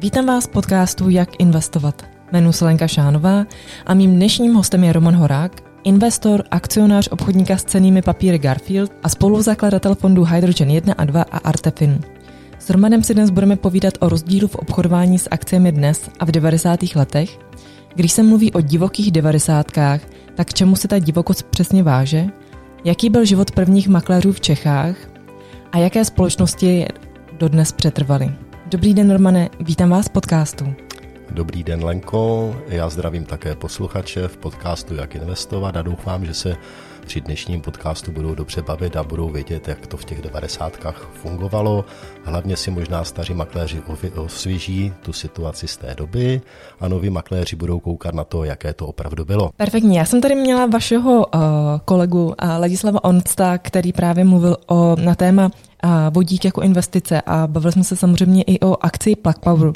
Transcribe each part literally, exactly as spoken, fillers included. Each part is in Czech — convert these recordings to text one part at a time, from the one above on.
Vítám vás v podcastu Jak investovat. Jmenuji se Lenka Šánová a mým dnešním hostem je Roman Horák, investor, akcionář obchodníka s cennými papíry Garfield a spoluzakladatel fondů Hydrogen jedna a dva a Artefin. S Romanem si dnes budeme povídat o rozdílu v obchodování s akciemi dnes a v devadesátých letech. Když se mluví o divokých devadesátkách, tak k čemu se ta divokost přesně váže? Jaký byl život prvních makléřů v Čechách? A jaké společnosti dodnes přetrvaly? Dobrý den, Romane, vítám vás v podcastu. Dobrý den, Lenko, já zdravím také posluchače v podcastu Jak investovat a doufám, že se při dnešním podcastu budou dobře bavit a budou vědět, jak to v těch devadesátkách fungovalo. Hlavně si možná staří makléři osvěží tu situaci z té doby a noví makléři budou koukat na to, jaké to opravdu bylo. Perfektně, já jsem tady měla vašeho uh, kolegu uh, Ladislava Onsta, který právě mluvil o, na téma uh, vodík jako investice a bavili jsme se samozřejmě i o akci Plug Power.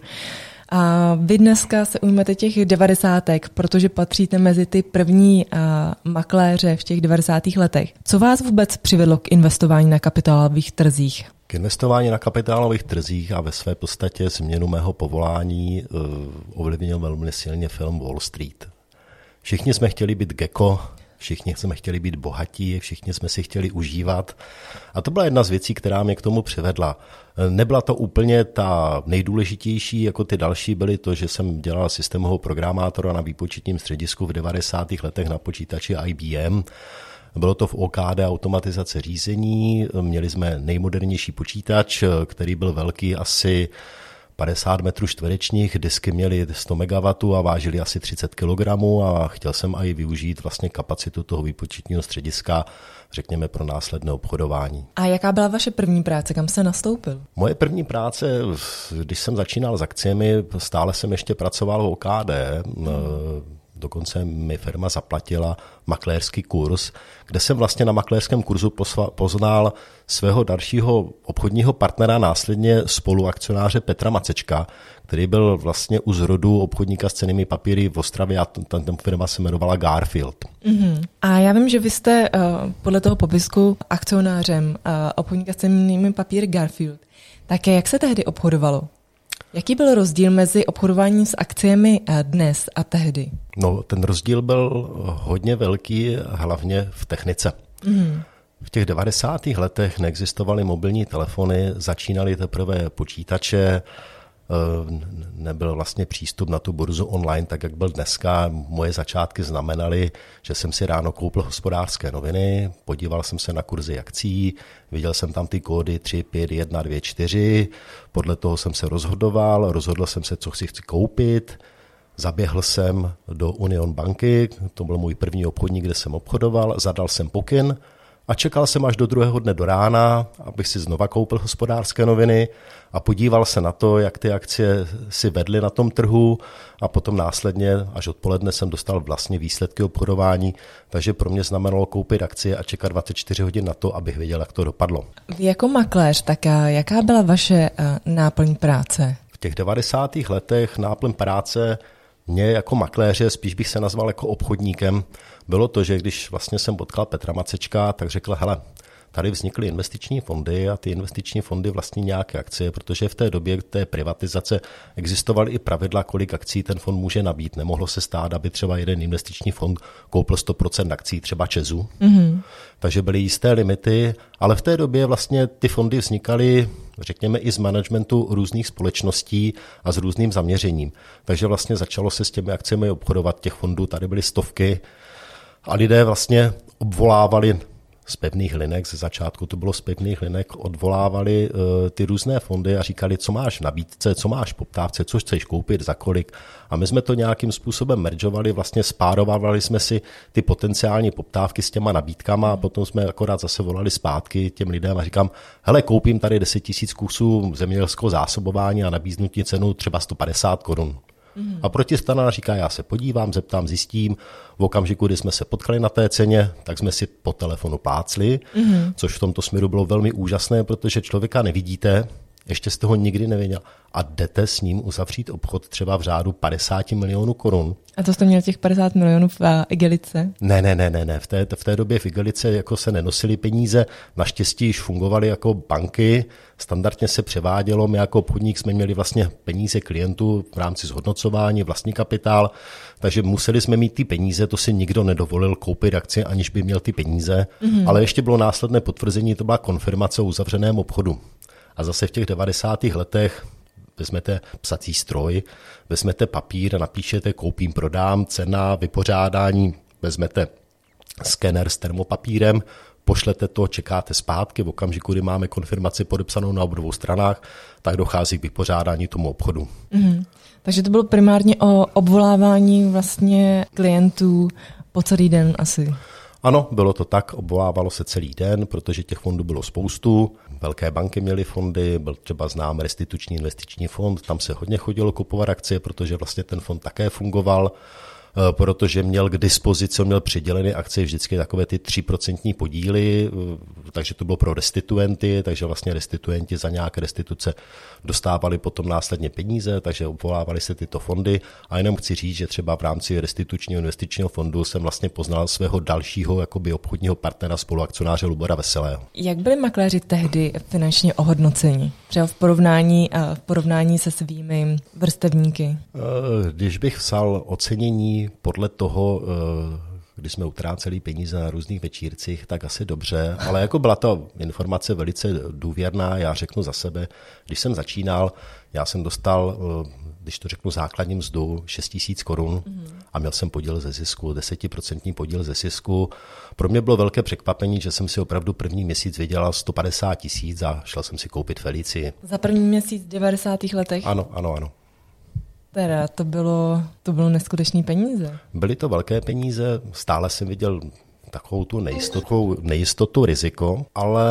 A vy dneska se ujmete těch devadesátek, protože patříte mezi ty první uh, makléře v těch devadesátých letech. Co vás vůbec přivedlo k investování na kapitálových trzích? K investování na kapitálových trzích a ve své podstatě změnu mého povolání uh, ovlivnil velmi silně film Wall Street. Všichni jsme chtěli být gecko, všichni jsme chtěli být bohatí, všichni jsme si chtěli užívat. A to byla jedna z věcí, která mě k tomu přivedla. Nebyla to úplně ta nejdůležitější, jako ty další byly to, že jsem dělal systémového programátora na výpočetním středisku v devadesátých letech na počítači I B M. Bylo to v O K D automatizace řízení, měli jsme nejmodernější počítač, který byl velký asi padesát metrů čtverečních, disky měly sto megawattů a vážily asi třicet kilogramů a chtěl jsem i využít vlastně kapacitu toho výpočetního střediska, řekněme, pro následné obchodování. A jaká byla vaše první práce, kam jste nastoupil? Moje první práce, když jsem začínal s akciemi, stále jsem ještě pracoval v O K D, hmm. Dokonce mi firma zaplatila makléřský kurz, kde jsem vlastně na makléřském kurzu poznal svého dalšího obchodního partnera, následně spoluakcionáře Petra Macečka, který byl vlastně u zrodu obchodníka s cennými papíry v Ostravě a ta firma se jmenovala Garfield. Mm-hmm. A já vím, že vy jste uh, podle toho popisku akcionářem uh, obchodníka s cennými papíry Garfield. Tak jak se tehdy obchodovalo? Jaký byl rozdíl mezi obchodováním s akciemi dnes a tehdy? No, ten rozdíl byl hodně velký, hlavně v technice. Mm. V těch devadesátých letech neexistovaly mobilní telefony, začínaly teprve počítače, nebyl vlastně přístup na tu burzu online, tak jak byl dneska. Moje začátky znamenaly, že jsem si ráno koupil Hospodářské noviny, podíval jsem se na kurzy akcií, viděl jsem tam ty kódy tři, pět, jedna, dvě, čtyři, podle toho jsem se rozhodoval, rozhodl jsem se, co si chci koupit, zaběhl jsem do Union banky, to byl můj první obchodník, kde jsem obchodoval, zadal jsem pokyn a čekal jsem až do druhého dne do rána, abych si znova koupil Hospodářské noviny a podíval se na to, jak ty akcie si vedly na tom trhu a potom následně až odpoledne jsem dostal vlastně výsledky obchodování, takže pro mě znamenalo koupit akcie a čekat dvacet čtyři hodin na to, abych věděl, jak to dopadlo. Vy jako makléř, tak jaká byla vaše náplň práce? V těch devadesátých letech náplň práce mě jako makléře, spíš bych se nazval jako obchodníkem, bylo to, že když vlastně jsem potkal Petra Macečka, tak řekl, hele, tady vznikly investiční fondy a ty investiční fondy vlastní nějaké akcie, protože v té době té privatizace existovaly i pravidla, kolik akcí ten fond může nabít. Nemohlo se stát, aby třeba jeden investiční fond koupil sto procent akcí třeba Česu. Mm-hmm. Takže byly jisté limity, ale v té době vlastně ty fondy vznikaly, řekněme, i z managementu různých společností a s různým zaměřením. Takže vlastně začalo se s těmi akciemi obchodovat. Těch fondů tady byly stovky a lidé vlastně obvolávali z pevných linek, ze začátku to bylo z pevných linek, odvolávali uh, ty různé fondy a říkali, co máš v nabídce, co máš v poptávce, co chceš koupit, za kolik. A my jsme to nějakým způsobem meržovali, vlastně spárovali jsme si ty potenciální poptávky s těma nabídkama a potom jsme akorát zase volali zpátky těm lidem a říkám, hele, koupím tady deset tisíc kusů zemědělského zásobování a nabíznu ti cenu třeba sto padesát korun. Mm. A protistrana říká, já se podívám, zeptám, zjistím. V okamžiku, kdy jsme se potkali na té ceně, tak jsme si po telefonu plácli, mm. což v tomto směru bylo velmi úžasné, protože člověka nevidíte, ještě jste ho nikdy neviděl a jdete s ním uzavřít obchod třeba v řádu padesát milionů korun. A to jste měl těch padesát milionů v igelice? Ne, ne, ne, ne, ne. V té, v té době v igelice jako se nenosily peníze, naštěstí již fungovaly jako banky, standardně se převádělo, my jako obchodník jsme měli vlastně peníze klientů v rámci zhodnocování, vlastní kapitál, takže museli jsme mít ty peníze, to si nikdo nedovolil koupit akcie, aniž by měl ty peníze, mm-hmm. ale ještě bylo následné potvrzení, to byla konfirmace o uzavřeném obchodu. A zase v těch devadesátých letech vezmete psací stroj, vezmete papír a napíšete koupím, prodám, cena, vypořádání, vezmete skener s termopapírem, pošlete to, čekáte zpátky, v okamžiku, kdy máme konfirmaci podepsanou na obou stranách, tak dochází k vypořádání tomu obchodu. Mm-hmm. Takže to bylo primárně o obvolávání vlastně klientů po celý den asi. Ano, bylo to tak, obvolávalo se celý den, protože těch fondů bylo spoustu. Velké banky měly fondy, byl třeba znám Restituční investiční fond, tam se hodně chodilo kupovat akcie, protože vlastně ten fond také fungoval, protože měl k dispozici, měl přidělené akcie vždycky takové ty tři procentní podíly, takže to bylo pro restituenty, takže vlastně restituenti za nějaké restituce dostávali potom následně peníze, takže obvolávaly se tyto fondy a jenom chci říct, že třeba v rámci Restitučního investičního fondu jsem vlastně poznal svého dalšího jakoby obchodního partnera, spoluakcionáře Lubora Veselého. Jak byli makléři tehdy finančně ohodnoceni? Třeba v porovnání, v porovnání se svými vrstevníky? Když bych psal ocenění podle toho, když jsme utráceli peníze na různých večírcích, tak asi dobře, ale jako byla to informace velice důvěrná, já řeknu za sebe, když jsem začínal, já jsem dostal, když to řeknu základní mzdu, šest tisíc korun a měl jsem podíl ze zisku, desetiprocentní podíl ze zisku. Pro mě bylo velké překvapení, že jsem si opravdu první měsíc vydělal sto padesát tisíc a šel jsem si koupit Felicii. Za první měsíc v devadesátých letech? Ano, ano, ano. Teda, to bylo, to bylo neskutečné peníze. Byly to velké peníze, stále jsem viděl takovou tu nejistotu, nejistotu, riziko, ale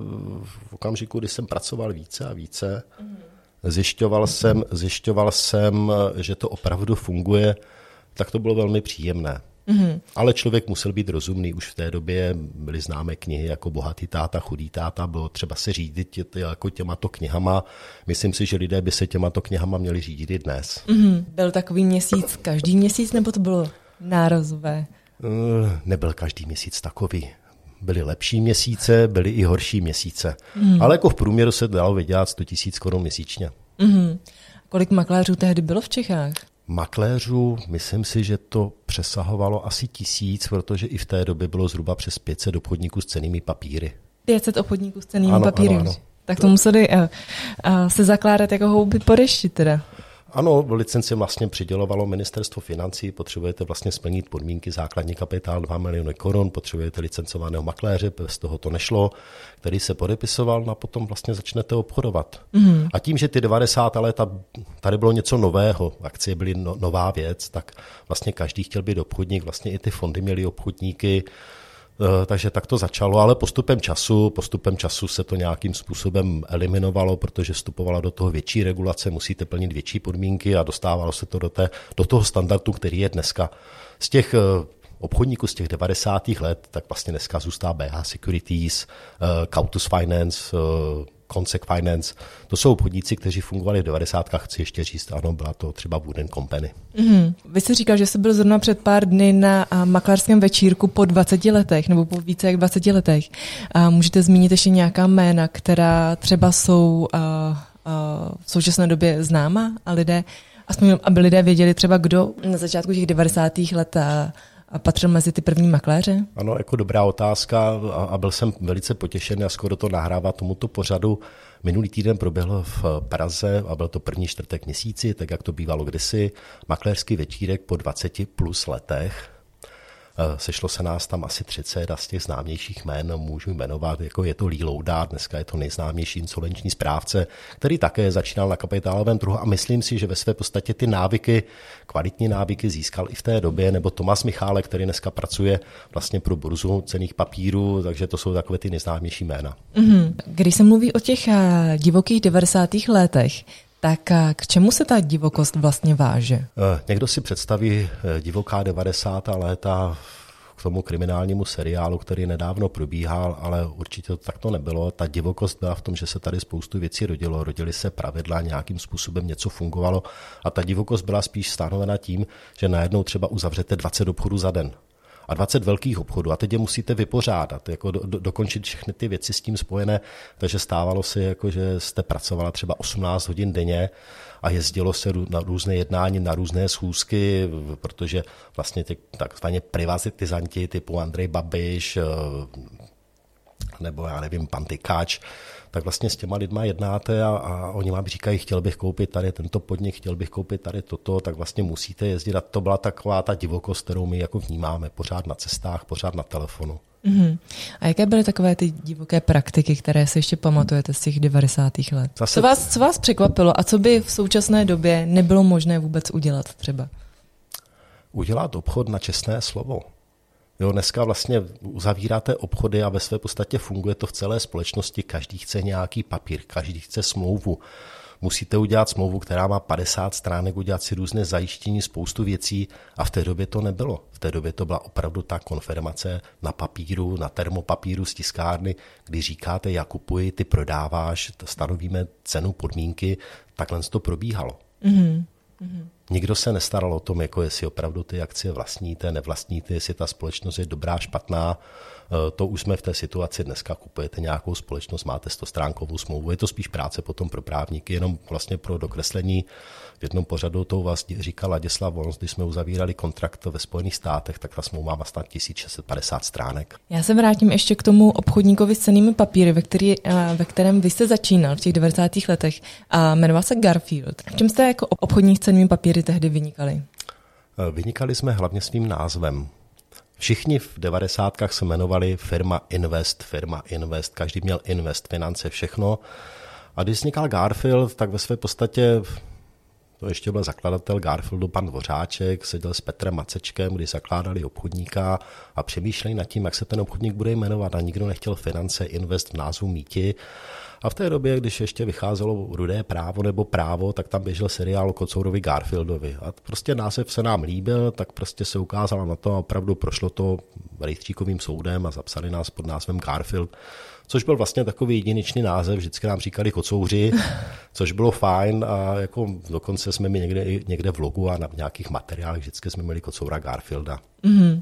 v okamžiku, kdy jsem pracoval více a více, mm. zjišťoval jsem, zjišťoval jsem, že to opravdu funguje, tak to bylo velmi příjemné. Mm-hmm. Ale člověk musel být rozumný. Už v té době byly známé knihy jako Bohatý táta, chudý táta, bylo třeba se řídit jako těmato knihama. Myslím si, že lidé by se těmato knihama měli řídit i dnes. Mm-hmm. Byl takový měsíc každý měsíc, nebo to bylo nárazové? Uh, nebyl každý měsíc takový. Byly lepší měsíce, byly i horší měsíce. Mm-hmm. Ale jako v průměru se dalo vydělat sto tisíc korun měsíčně. Mm-hmm. Kolik makléřů tehdy bylo v Čechách? Makléřů, myslím si, že to přesahovalo asi tisíc, protože i v té době bylo zhruba přes pět set obchodníků s cennými papíry. pět set obchodníků s cennými ano, papíry? Ano, ano. Tak to museli uh, uh, se zakládat jako houby po dešti teda. Ano, licenci vlastně přidělovalo ministerstvo financí, potřebujete vlastně splnit podmínky, základní kapitál dva miliony korun, potřebujete licencovaného makléře, bez toho to nešlo, který se podepisoval a potom vlastně začnete obchodovat. Mm-hmm. A tím, že ty devadesátá léta, tady bylo něco nového, akcie byly no, nová věc, tak vlastně každý chtěl být obchodník, vlastně i ty fondy měly obchodníky, takže tak to začalo, ale postupem času, postupem času se to nějakým způsobem eliminovalo, protože vstupovala do toho větší regulace, musíte plnit větší podmínky a dostávalo se to do, té, do toho standardu, který je dneska. Z těch obchodníků z těch devadesátých let, tak vlastně dneska zůstává bé há Securities, Kautus Finance, Consec Finance. To jsou obchodníci, kteří fungovali v devadesátkách, chci ještě říct, ano, byla to třeba Wooden Company. Mm-hmm. Vy jste říkal, že jste byl zrovna před pár dny na makléřském večírku po dvaceti letech, nebo po více jak dvaceti letech. A můžete zmínit ještě nějaká jména, která třeba jsou a, a v současné době známa a lidé, aspoň aby lidé věděli třeba, kdo na začátku těch devadesátých let a, a patřil mezi ty první makléře? Ano, jako dobrá otázka a byl jsem velice potěšený a skoro to nahrává tomuto pořadu. Minulý týden proběhl v Praze a byl to první čtvrtek měsíci, tak jak to bývalo kdysi, makléřský večírek po dvaceti plus letech. Sešlo se nás tam asi třicet a z těch známějších jmén můžu jmenovat, jako je to Lee Laudát, dneska je to nejznámější insolvenční správce, který také začínal na kapitálovém trhu a myslím si, že ve své podstatě ty návyky, kvalitní návyky získal i v té době, nebo Tomáš Michálek, který dneska pracuje vlastně pro burzu cenných papírů, takže to jsou takové ty nejznámější jména. Mm-hmm. Když se mluví o těch divokých devadesátých letech, tak k čemu se ta divokost vlastně váže? Někdo si představí divoká devadesátá léta tomu kriminálnímu seriálu, který nedávno probíhal, ale určitě to tak to nebylo. Ta divokost byla v tom, že se tady spoustu věcí rodilo, rodily se pravidla, nějakým způsobem něco fungovalo a ta divokost byla spíš stanovena tím, že najednou třeba uzavřete dvacet obchodů za den. A dvacet velkých obchodů a teď je musíte vypořádat, jako do, do, dokončit všechny ty věci s tím spojené, takže stávalo se, jako, že jste pracovala třeba osmnáct hodin denně a jezdilo se na různé jednání, na různé schůzky, protože vlastně ty takzvaně privatizanti typu Andrej Babiš nebo já nevím, pan Tykáč, tak vlastně s těma lidma jednáte a, a oni vám říkají, chtěl bych koupit tady tento podnik, chtěl bych koupit tady toto, tak vlastně musíte jezdit a to byla taková ta divokost, kterou my jako vnímáme, pořád na cestách, pořád na telefonu. Mm-hmm. A jaké byly takové ty divoké praktiky, které si ještě pamatujete z těch devadesátých let? Zase... Co vás, co vás překvapilo a co by v současné době nebylo možné vůbec udělat třeba? Udělat obchod na čestné slovo. Jo, dneska vlastně uzavíráte obchody a ve své podstatě funguje to v celé společnosti. Každý chce nějaký papír, každý chce smlouvu. Musíte udělat smlouvu, která má padesát stránek, udělat si různé zajištění, spoustu věcí a v té době to nebylo. V té době to byla opravdu ta konfirmace na papíru, na termopapíru z tiskárny, kdy říkáte, já kupuji, ty prodáváš, stanovíme cenu, podmínky, takhle to probíhalo. Mm-hmm. Mm-hmm. Nikdo se nestaral o tom, jako jestli opravdu ty akcie vlastníte, nevlastníte, jestli ta společnost je dobrá, špatná. To už jsme v té situaci, dneska kupujete nějakou společnost, máte stostránkovou smlouvu, je to spíš práce potom pro právníky, jenom vlastně pro dokreslení. V jednom pořadu to vás říkal Ladislav Vons, když jsme uzavírali kontrakt ve Spojených státech, tak ta smlouva má snad tisíc šest set padesát stránek. Já se vrátím ještě k tomu obchodníkovi s cennými papíry, ve, který, ve kterém vy jste začínal v těch devadesátých letech a jmenoval se Garfield. V čem jste jako obchodník s cennými papíry tehdy vynikali? Vynikali jsme hlavně svým názvem. Všichni v devadesátkách se jmenovali firma Invest, firma Invest, každý měl Invest, finance, všechno. A když vznikal Garfield, tak ve své podstatě, to ještě byl zakladatel Garfieldu, pan Dvořáček, seděl s Petrem Macečkem, kdy zakládali obchodníka a přemýšleli nad tím, jak se ten obchodník bude jmenovat a nikdo nechtěl finance, Invest v názvu míti. A v té době, když ještě vycházelo Rudé právo nebo právo, tak tam běžel seriál o Kocourovi Garfieldovi. A prostě název se nám líbil, tak prostě se ukázalo na to a opravdu prošlo to rejstříkovým soudem a zapsali nás pod názvem Garfield, což byl vlastně takový jedinečný název, vždycky nám říkali kocouři, což bylo fajn a jako dokonce jsme mi někde, někde v logu a na nějakých materiálech vždycky jsme měli Kocoura Garfielda. Mm-hmm.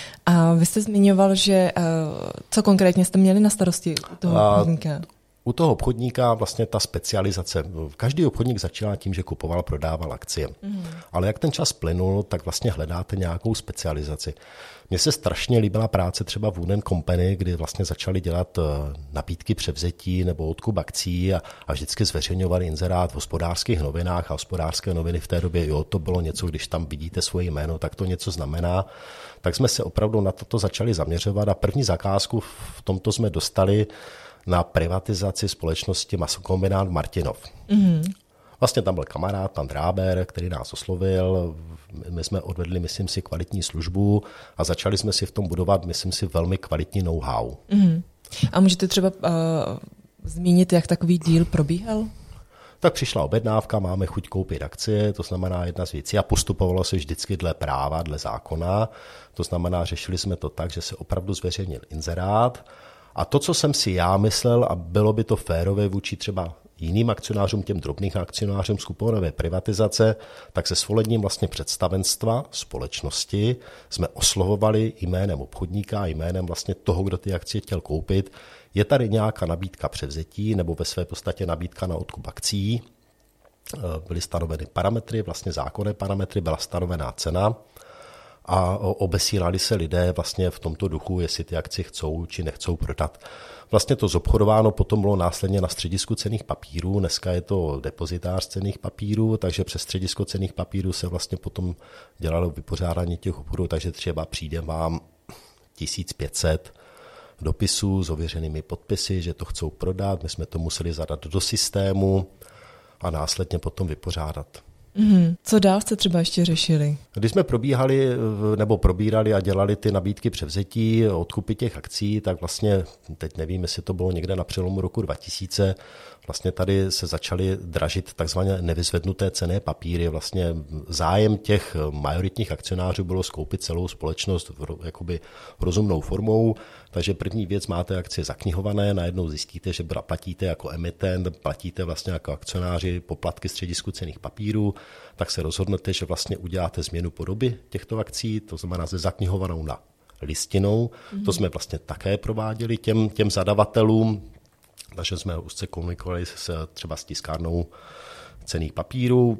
A vy jste zmiňoval, že uh, co konkrétně jste měli na starosti u toho obchodníka? U toho obchodníka vlastně ta specializace. Každý obchodník začínal tím, že kupoval, prodával akcie. Mm. Ale jak ten čas plynul, tak vlastně hledáte nějakou specializaci. Mně se strašně líbila práce třeba v Wood and Company, kdy vlastně začali dělat nabídky převzetí nebo odkup akcí a, a vždycky zveřejňovali inzerát v Hospodářských novinách a Hospodářské noviny v té době, jo, to bylo něco, když tam vidíte svoje jméno, tak to něco znamená. Tak jsme se opravdu na toto začali zaměřovat a první zakázku v tomto jsme dostali na privatizaci společnosti Masokombinát Martinov. Mm-hmm. Vlastně tam byl kamarád, pan Dráber, který nás oslovil, my jsme odvedli, myslím si, kvalitní službu a začali jsme si v tom budovat, myslím si, velmi kvalitní know-how. Mm-hmm. A můžete třeba uh, zmínit, jak takový díl probíhal? Tak přišla objednávka, máme chuť koupit akcie, to znamená jedna z věcí a postupovalo se vždycky dle práva, dle zákona, to znamená, řešili jsme to tak, že se opravdu zveřejnil inzerát. A to, co jsem si já myslel, a bylo by to férové vůči třeba jiným akcionářům, těm drobným akcionářům z kuponové privatizace, tak se svolením vlastně představenstva společnosti jsme oslovovali jménem obchodníka a jménem vlastně toho, kdo ty akcie chtěl koupit. Je tady nějaká nabídka převzetí nebo ve své podstatě nabídka na odkup akcí. Byly stanoveny parametry, vlastně zákonné parametry, byla stanovená cena. A obesílali se lidé vlastně v tomto duchu, jestli ty akcie chcou či nechcou prodat. Vlastně to zobchodováno potom bylo následně na středisku cenných papírů, dneska je to depozitář cenných papírů, takže přes středisko cenných papírů se vlastně potom dělalo vypořádání těch obchodů, takže třeba přijde vám tisíc pět set dopisů s ověřenými podpisy, že to chcou prodat, my jsme to museli zadat do systému a následně potom vypořádat. Mm-hmm. Co dál jste třeba ještě řešili? Když jsme probíhali nebo probírali a dělali ty nabídky převzetí, odkupy těch akcí, tak vlastně, teď nevím, jestli to bylo někde na přelomu roku dva tisíce, vlastně tady se začaly dražit takzvané nevyzvednuté cenné papíry. Vlastně zájem těch majoritních akcionářů bylo skoupit celou společnost v jakoby rozumnou formou, takže první věc, máte akcie zaknihované, najednou zjistíte, že platíte jako emitent, platíte vlastně jako akcionáři poplatky středisku cenných papírů, tak se rozhodnete, že vlastně uděláte změnu podoby těchto akcí, to znamená ze zaknihovanou na listinou. Mm-hmm. To jsme vlastně také prováděli těm, těm zadavatelům, takže jsme úzce komunikovali s, třeba s tiskárnou cenných papírů,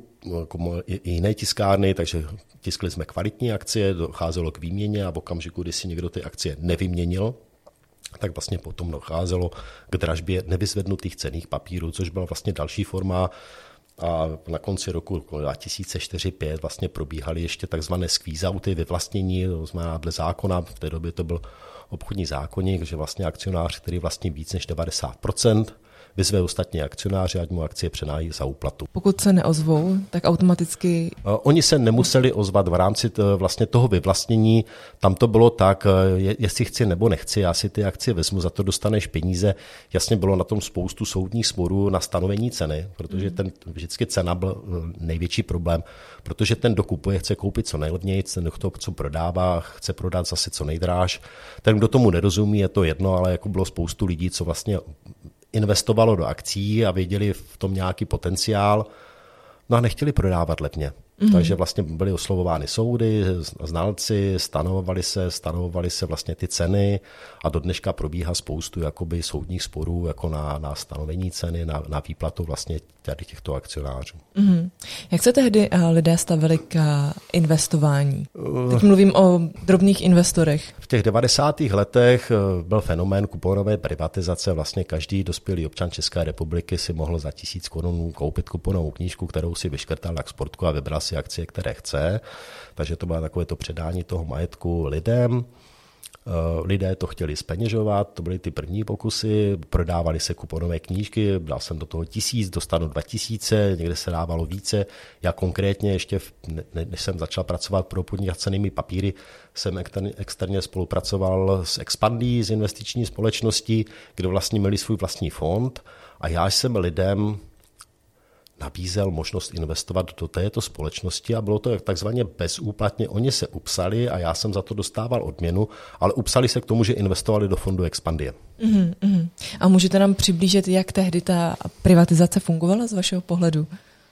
i jiné tiskárny, takže tiskli jsme kvalitní akcie, docházelo k výměně a v okamžiku, kdy si někdo ty akcie nevyměnil, tak vlastně potom docházelo k dražbě nevyzvednutých cenných papírů, což byla vlastně další forma. A na konci roku dva tisíce čtyři pět vlastně probíhaly ještě takzvané squeeze-outy, vyvlastnění, to znamená dle zákona, v té době to byl obchodní zákoník, že vlastně akcionář, který vlastní víc než devadesát procent, vyzve ostatní akcionáři, ať mu akcie přenájí za úplatu. Pokud se neozvou, tak automaticky... Oni se nemuseli ozvat v rámci t, vlastně toho vyvlastnění. Tam to bylo tak, je, jestli chci nebo nechci, já si ty akcie vezmu, za to dostaneš peníze. Jasně bylo na tom spoustu soudních sporů na stanovení ceny, protože ten, vždycky cena byl největší problém, protože ten, kdo kupuje, chce koupit co nejlevněji, ten, kdo co prodává, chce prodat zase co nejdráž. Ten, kdo tomu nerozumí, je to jedno, ale jako bylo spoustu lidí, co vlastně investovalo do akcí a věděli v tom nějaký potenciál, no a nechtěli prodávat levně. Mm. Takže vlastně byly oslovovány soudy, znalci, stanovovali se, stanovovali se vlastně ty ceny a do dneška probíhá spoustu jakoby soudních sporů jako na, na stanovení ceny, na, na výplatu vlastně tady těchto akcionářů. Mm. Jak se tehdy lidé stavili k investování? Teď mluvím o drobných investorech. V těch devadesátých letech byl fenomén kuponové privatizace. Vlastně každý dospělý občan České republiky si mohl za tisíc korun koupit kuponovou knížku, kterou si vyškrtal na sportku a vybral si akcie, které chce. Takže to bylo takové to předání toho majetku lidem. Lidé to chtěli zpeněžovat, to byly ty první pokusy, prodávali se kuponové knížky, dal jsem do toho tisíc, dostanu dva tisíce, někde se dávalo více. Já konkrétně ještě, než jsem začal pracovat pro obchodník s cennými papíry, jsem externě spolupracoval s Expandí, s investiční společností, kde vlastně měli svůj vlastní fond a já jsem lidem nabízel možnost investovat do této společnosti a bylo to takzvaně bezúplatně. Oni se upsali a já jsem za to dostával odměnu, ale upsali se k tomu, že investovali do fondu Expandie. Mm, mm. A můžete nám přiblížit, jak tehdy ta privatizace fungovala z vašeho pohledu?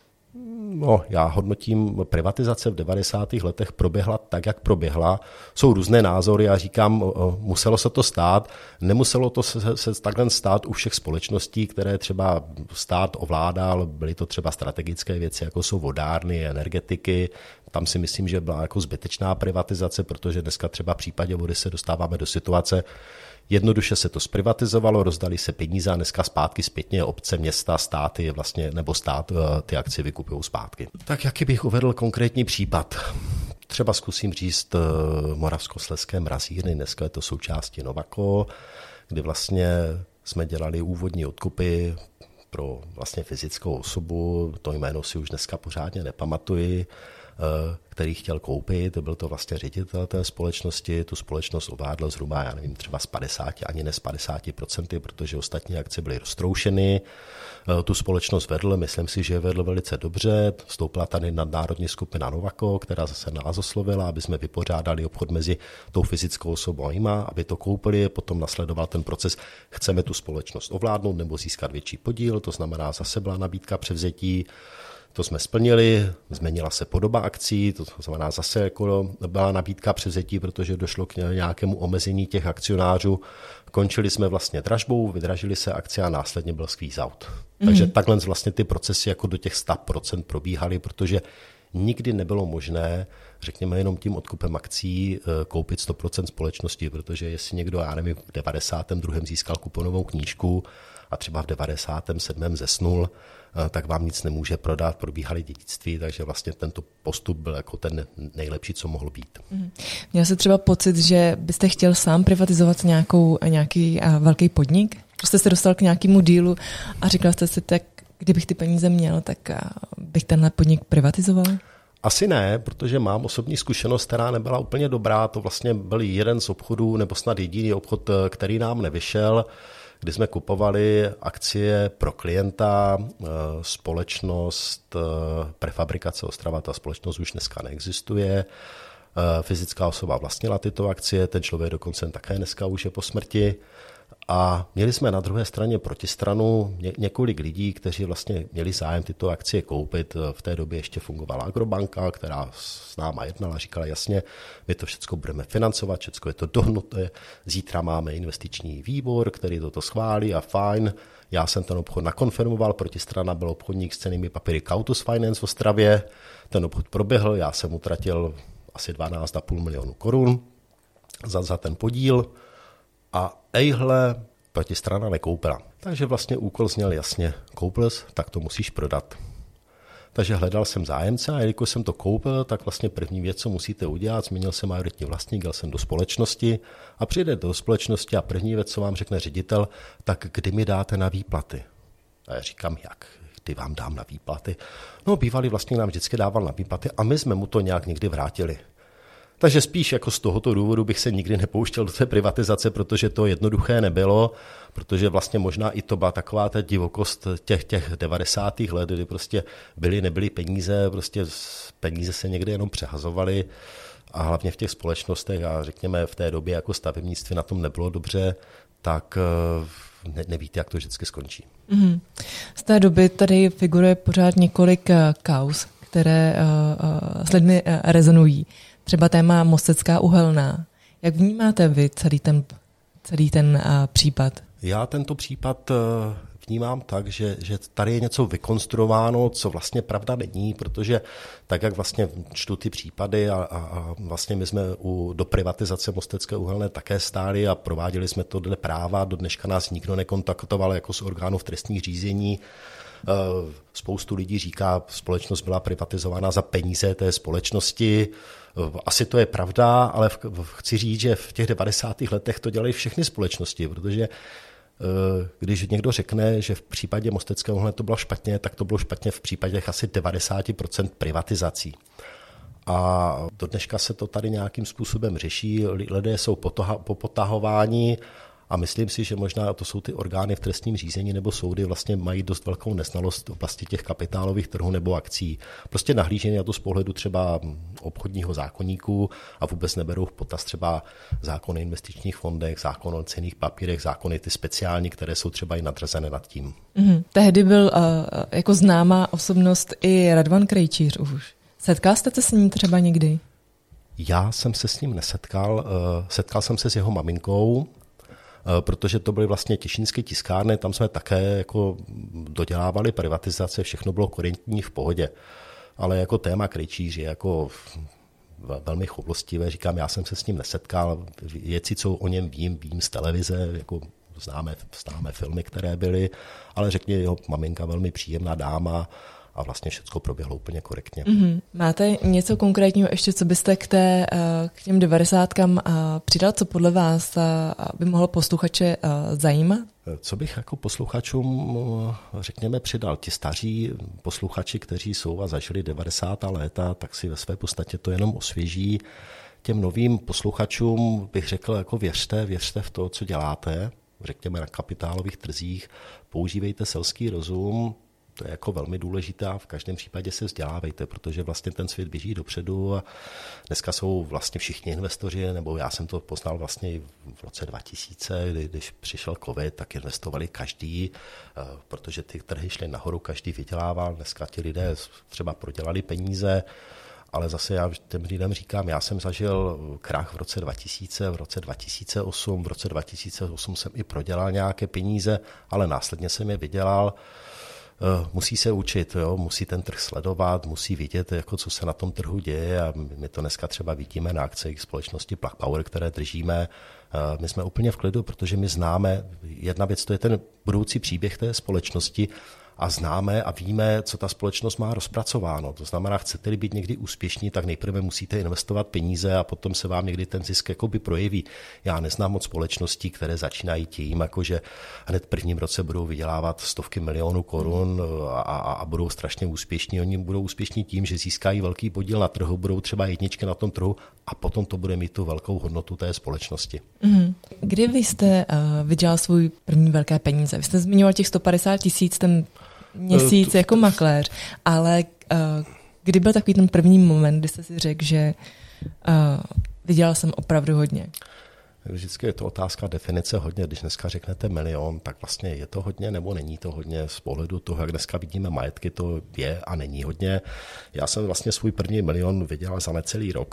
No, já hodnotím, privatizace v devadesátých letech proběhla tak, jak proběhla. Jsou různé názory, já říkám, muselo se to stát, nemuselo to se, se takhle stát u všech společností, které třeba stát ovládal, byly to třeba strategické věci, jako jsou vodárny, energetiky. Tam si myslím, že byla jako zbytečná privatizace, protože dneska třeba v případě vody se dostáváme do situace, jednoduše se to zprivatizovalo, rozdali se peníze a dneska zpátky zpětně obce, města, státy vlastně, nebo stát ty akcie vykupují zpátky. Tak jaký bych uvedl konkrétní případ? Třeba zkusím říct Moravskoslezské mrazírny, dneska je to součástí Novako, kdy vlastně jsme dělali úvodní odkupy pro vlastně fyzickou osobu, to jméno si už dneska pořádně nepamatuji, který chtěl koupit, byl to vlastně ředitel té společnosti, tu společnost ovládl zhruba, já nevím, třeba z padesáti, ani ne z padesáti procent, protože ostatní akcie byly roztroušeny. Tu společnost vedl, myslím si, že je vedl velice dobře, vstoupila tady nadnárodní skupina Novako, která zase nás oslovila, aby jsme vypořádali obchod mezi tou fyzickou osobou a jima, aby to koupili, potom nasledoval ten proces, chceme tu společnost ovládnout nebo získat větší podíl, to znamená zase byla nabídka převzetí. To jsme splnili, změnila se podoba akcí, to znamená zase jako byla nabídka převzetí, protože došlo k nějakému omezení těch akcionářů. Končili jsme vlastně dražbou, vydražili se akcie a následně byl squeeze out. Mm-hmm. Takže takhle vlastně ty procesy jako do těch sto procent probíhaly, protože nikdy nebylo možné, řekněme jenom tím odkupem akcí, koupit sto procent společnosti, protože jestli někdo, já nevím, v devadesátém druhém získal kuponovou knížku a třeba v devadesátém sedmém zesnul, tak vám nic nemůže prodat, probíhaly dědictví, takže vlastně tento postup byl jako ten nejlepší, co mohl být. Mm. Měl jste třeba pocit, že byste chtěl sám privatizovat nějakou, nějaký velký podnik? Že jste se dostal k nějakému dílu a říkal jste si, tak kdybych ty peníze měl, tak bych tenhle podnik privatizoval? Asi ne, protože mám osobní zkušenost, která nebyla úplně dobrá. To vlastně byl jeden z obchodů, nebo snad jediný obchod, který nám nevyšel, kdy jsme kupovali akcie pro klienta, společnost Prefabrikace Ostrava, ta společnost už dneska neexistuje. Fyzická osoba vlastnila tyto akcie, ten člověk dokonce také dneska už je po smrti. A měli jsme na druhé straně protistranu ně, několik lidí, kteří vlastně měli zájem tyto akcie koupit. V té době ještě fungovala Agrobanka, která s náma jednala, říkala jasně, my to všechno budeme financovat, všechno je to dohnuté, zítra máme investiční výbor, který toto schválí a fajn. Já jsem ten obchod nakonfirmoval, protistrana byl obchodník s cennými papíry Kautus Finance v Ostravě, ten obchod proběhl, já jsem utratil asi dvanáct a půl milionu korun za, za ten podíl. A ejhle, protistrana nekoupila. Takže vlastně úkol zněl jasně, koupil jsi, tak to musíš prodat. Takže hledal jsem zájemce a jelikož jsem to koupil, tak vlastně první věc, co musíte udělat, změnil jsem majoritní vlastník, jel jsem do společnosti a přijde do společnosti a první věc, co vám řekne ředitel, tak kdy mi dáte na výplaty? A já říkám, jak? Kdy vám dám na výplaty? No, bývalý vlastník nám vždycky dával na výplaty a my jsme mu to nějak někdy vrátili. Takže spíš jako z tohoto důvodu bych se nikdy nepouštěl do té privatizace, protože to jednoduché nebylo, protože vlastně možná i to byla taková ta divokost těch, těch devadesátých let, kdy prostě byly, nebyly peníze, prostě peníze se někde jenom přehazovaly a hlavně v těch společnostech a řekněme v té době jako stavebnictví na tom nebylo dobře, tak ne, nevíte, jak to vždycky skončí. Mm. Z té doby tady figuruje pořád několik kauz, které uh, uh, s lidmi uh, rezonují. Třeba téma Mostecká uhelná. Jak vnímáte vy celý ten, celý ten uh, případ? Já tento případ uh, vnímám tak, že, že tady je něco vykonstruováno, co vlastně pravda není, protože tak, jak vlastně čtu ty případy a, a, a vlastně my jsme u, do privatizace Mostecké uhelné také stáli a prováděli jsme to dle práva, do dneška nás nikdo nekontaktoval jako z orgánů v trestních řízení. Spoustu lidí říká, společnost byla privatizována za peníze té společnosti. Asi to je pravda, ale chci říct, že v těch devadesátých letech to dělaly všechny společnosti, protože když někdo řekne, že v případě Mostecké uhelné to bylo špatně, tak to bylo špatně v případě asi devadesát procent privatizací. A do dneška se to tady nějakým způsobem řeší, lidé jsou popotahováni. A myslím si, že možná to jsou ty orgány v trestním řízení nebo soudy vlastně mají dost velkou neznalost v oblasti těch kapitálových trhů nebo akcí. Prostě nahlížení na to z pohledu třeba obchodního zákoníku a vůbec neberou v potaz třeba zákony o investičních fondech, zákon o cenných papírech, zákony ty speciální, které jsou třeba i nadřazené nad tím. Mm-hmm. Tehdy byl uh, jako známá osobnost i Radvan Krejčíř už. Setkal jste se s ním třeba někdy? Já jsem se s ním nesetkal. Uh, setkal jsem se s jeho maminkou, protože to byly vlastně těšínské tiskárny, tam jsme také jako dodělávali privatizace, všechno bylo korektní v pohodě. Ale jako téma Krejčíř je jako velmi choulostivé, říkám, já jsem se s ním nesetkal, věci, co o něm vím, vím z televize, jako známe, známe filmy, které byly, ale řekně jeho maminka velmi příjemná dáma, a vlastně všechno proběhlo úplně korektně. Mm-hmm. Máte něco konkrétního ještě, co byste k, té, k těm devadesátkám přidal, co podle vás by mohlo posluchače zajímat? Co bych jako posluchačům, řekněme, přidal? Ti staří posluchači, kteří jsou a zažili devadesátá léta, tak si ve své podstatě to jenom osvěží. Těm novým posluchačům bych řekl, jako věřte, věřte v to, co děláte, řekněme na kapitálových trzích, používejte selský rozum. To je jako velmi důležité a v každém případě se vzdělávejte, protože vlastně ten svět běží dopředu a dneska jsou vlastně všichni investoři, nebo já jsem to poznal vlastně v roce dva tisíce, kdy, když přišel covid, tak investovali každý, protože ty trhy šly nahoru, každý vydělával, dneska ti lidé třeba prodělali peníze, ale zase já těm lidem říkám, já jsem zažil krach v roce dva tisíce, v roce dva tisíce osm, v roce dva tisíce osm jsem i prodělal nějaké peníze, ale následně jsem je vydělal. Musí se učit, jo? Musí ten trh sledovat, musí vidět, jako co se na tom trhu děje a my to dneska třeba vidíme na akcích společnosti Plug Power, které držíme. My jsme úplně v klidu, protože my známe, jedna věc to je ten budoucí příběh té společnosti a známe a víme, co ta společnost má rozpracováno. To znamená, chcete-li být někdy úspěšní, tak nejprve musíte investovat peníze a potom se vám někdy ten zisk jakoby projeví. Já neznám moc společností, které začínají tím, jakože hned v prvním roce budou vydělávat stovky milionů korun a, a, a budou strašně úspěšní. Oni budou úspěšní tím, že získají velký podíl na trhu, budou třeba jedničky na tom trhu a potom to bude mít tu velkou hodnotu té společnosti. Mm. Kdy vy jste uh, vydělal svůj první velké peníze? Vy jste zmiňoval těch sto padesát tisíc ten měsíc uh, to, jako makléř, ale uh, kdy byl takový ten první moment, kdy jste si řekl, že uh, vydělal jsem opravdu hodně? Vždycky je to otázka definice hodně. Když dneska řeknete milion, tak vlastně je to hodně nebo není to hodně. Z pohledu toho, jak dneska vidíme majetky, to je a není hodně. Já jsem vlastně svůj první milion vydělal za necelý rok.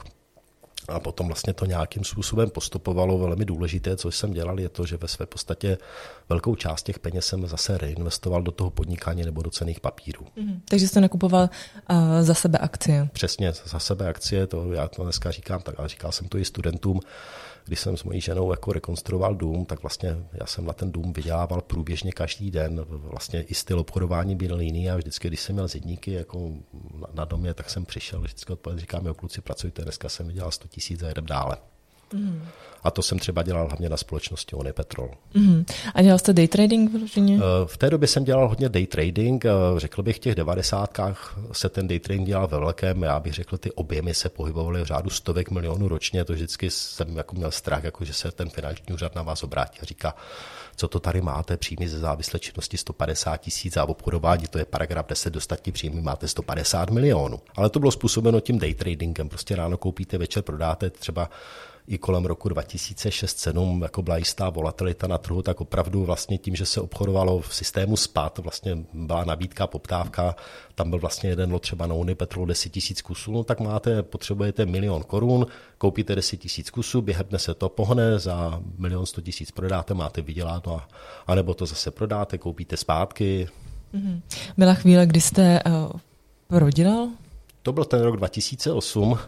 A potom vlastně to nějakým způsobem postupovalo. Velmi důležité, co jsem dělal, je to, že ve své podstatě velkou část těch peněz jsem zase reinvestoval do toho podnikání nebo do cenných papírů. Mm, takže jste nakupoval uh, za sebe akcie. Přesně, za sebe akcie, to já to dneska říkám tak, ale říkal jsem to i studentům. Když jsem s mojí ženou jako rekonstruoval dům, tak vlastně já jsem na ten dům vydělával průběžně každý den. Vlastně i styl obchodování byl jiný a vždycky, když jsem měl zedníky jako na, na domě, tak jsem přišel, vždycky odpověděl, říkám, jo, kluci, pracujte, dneska jsem vydělal sto tisíc a jedem dále. Mm. A to jsem třeba dělal hlavně na společnosti Unipetrol. Mm. A dělal jste day trading vyloženě? V té době jsem dělal hodně day trading. Řekl bych, v těch devadesátkách se ten day trading dělal ve velkém. Já bych řekl, ty objemy se pohybovaly v řádu stovek milionů ročně. To vždycky jsem jako měl strach, jako že se ten finanční úřad na vás obrátí a říká, co to tady máte, příjmy ze závislé činnosti sto padesát tisíc a obchodování, to je paragraf deset, dostatní příjmy, máte sto padesát milionů. Ale to bylo způsobeno tím day tradingem. Prostě ráno koupíte, večer prodáte, třeba i kolem roku dva tisíce šest sedm jako byla jistá volatilita na trhu, tak opravdu vlastně tím, že se obchodovalo v systému spad, vlastně byla nabídka, poptávka, tam byl vlastně jeden lot třeba na Unipetrolu deset tisíc kusů, no tak máte, potřebujete milion korun, koupíte deset tisíc kusů, během dne se to pohne, za milion sto tisíc prodáte, máte vyděláno, a, anebo to zase prodáte, koupíte zpátky. Mm-hmm. Byla chvíle, kdy jste uh, prodělal? To byl ten rok dva tisíce osm.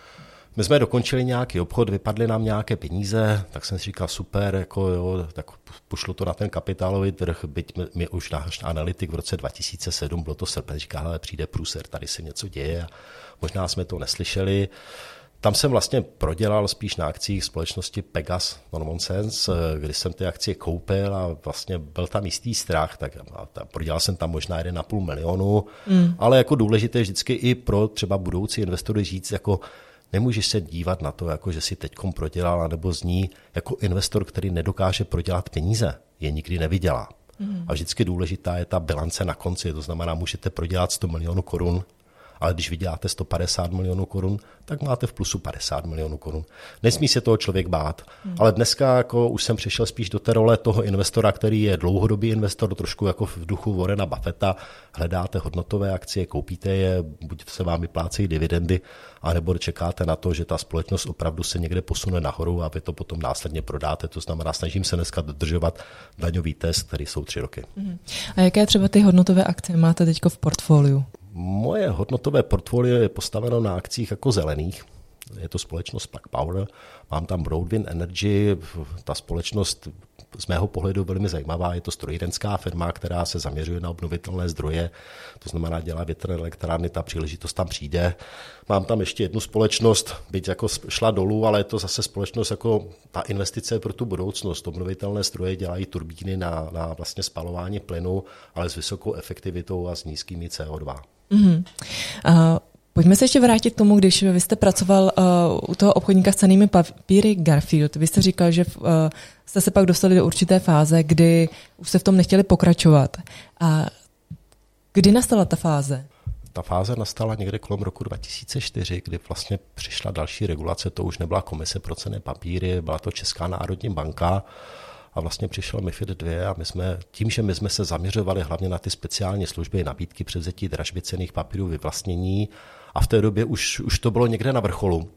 My jsme dokončili nějaký obchod, vypadly nám nějaké peníze, tak jsem si říkal super, jako jo, tak pošlu to na ten kapitálový trh, byť mi už náš analytik v roce dva tisíce sedm, bylo to srpen, říká, hele, přijde průser, tady se něco děje a možná jsme to neslyšeli. Tam jsem vlastně prodělal spíš na akcích společnosti Pegas Nonsense, kdy jsem ty akcie koupil a vlastně byl tam jistý strach, tak prodělal jsem tam možná jeden a půl milionu, mm. ale jako důležité vždycky i pro třeba budoucí investory říct, jako nemůžeš se dívat na to, jako že si teďkom prodělal, nebo z ní jako investor, který nedokáže prodělat peníze, je nikdy nevydělá. Mm. A vždycky důležitá je ta bilance na konci, to znamená, můžete prodělat sto milionů korun, ale když vyděláte sto padesát milionů korun, tak máte v plusu padesát milionů korun. Nesmí se toho člověk bát. Hmm. Ale dneska jako už jsem přišel spíš do té role toho investora, který je dlouhodobý investor, trošku jako v duchu Warrena Buffetta. Hledáte hodnotové akcie, koupíte je, buď se vám vyplácejí dividendy, anebo čekáte na to, že ta společnost opravdu se někde posune nahoru a vy to potom následně prodáte. To znamená, snažím se dneska dodržovat daňový test, který jsou tři roky. Hmm. A jaké třeba ty hodnotové akcie máte teďko v portfoliu? Moje hodnotové portfolio je postaveno na akcích jako zelených. Je to společnost Plug Power, mám tam Broadwind Energy, ta společnost z mého pohledu velmi zajímavá, je to strojírenská firma, která se zaměřuje na obnovitelné zdroje, to znamená dělá větrné elektrárny, ta příležitost tam přijde. Mám tam ještě jednu společnost, byť jako šla dolů, ale je to zase společnost jako ta investice pro tu budoucnost. Obnovitelné zdroje dělají turbíny na, na vlastně spalování plynu, ale s vysokou efektivitou a s nízkými C O dva. Mm-hmm. Uh... Pojďme se ještě vrátit k tomu, když vy jste pracoval uh, u toho obchodníka s cennými papíry Garfield. Vy jste říkal, že uh, jste se pak dostali do určité fáze, kdy už se v tom nechtěli pokračovat. A kdy nastala ta fáze? Ta fáze nastala někde kolem roku dva tisíce čtyři, kdy vlastně přišla další regulace. To už nebyla komise pro cenné papíry, byla to Česká národní banka. A vlastně přišel MiFID dva a my jsme, tím, že my jsme se zaměřovali hlavně na ty speciální služby, nabídky, převzetí dražby cenných papírů, vyvlastnění a v té době už, už to bylo někde na vrcholu.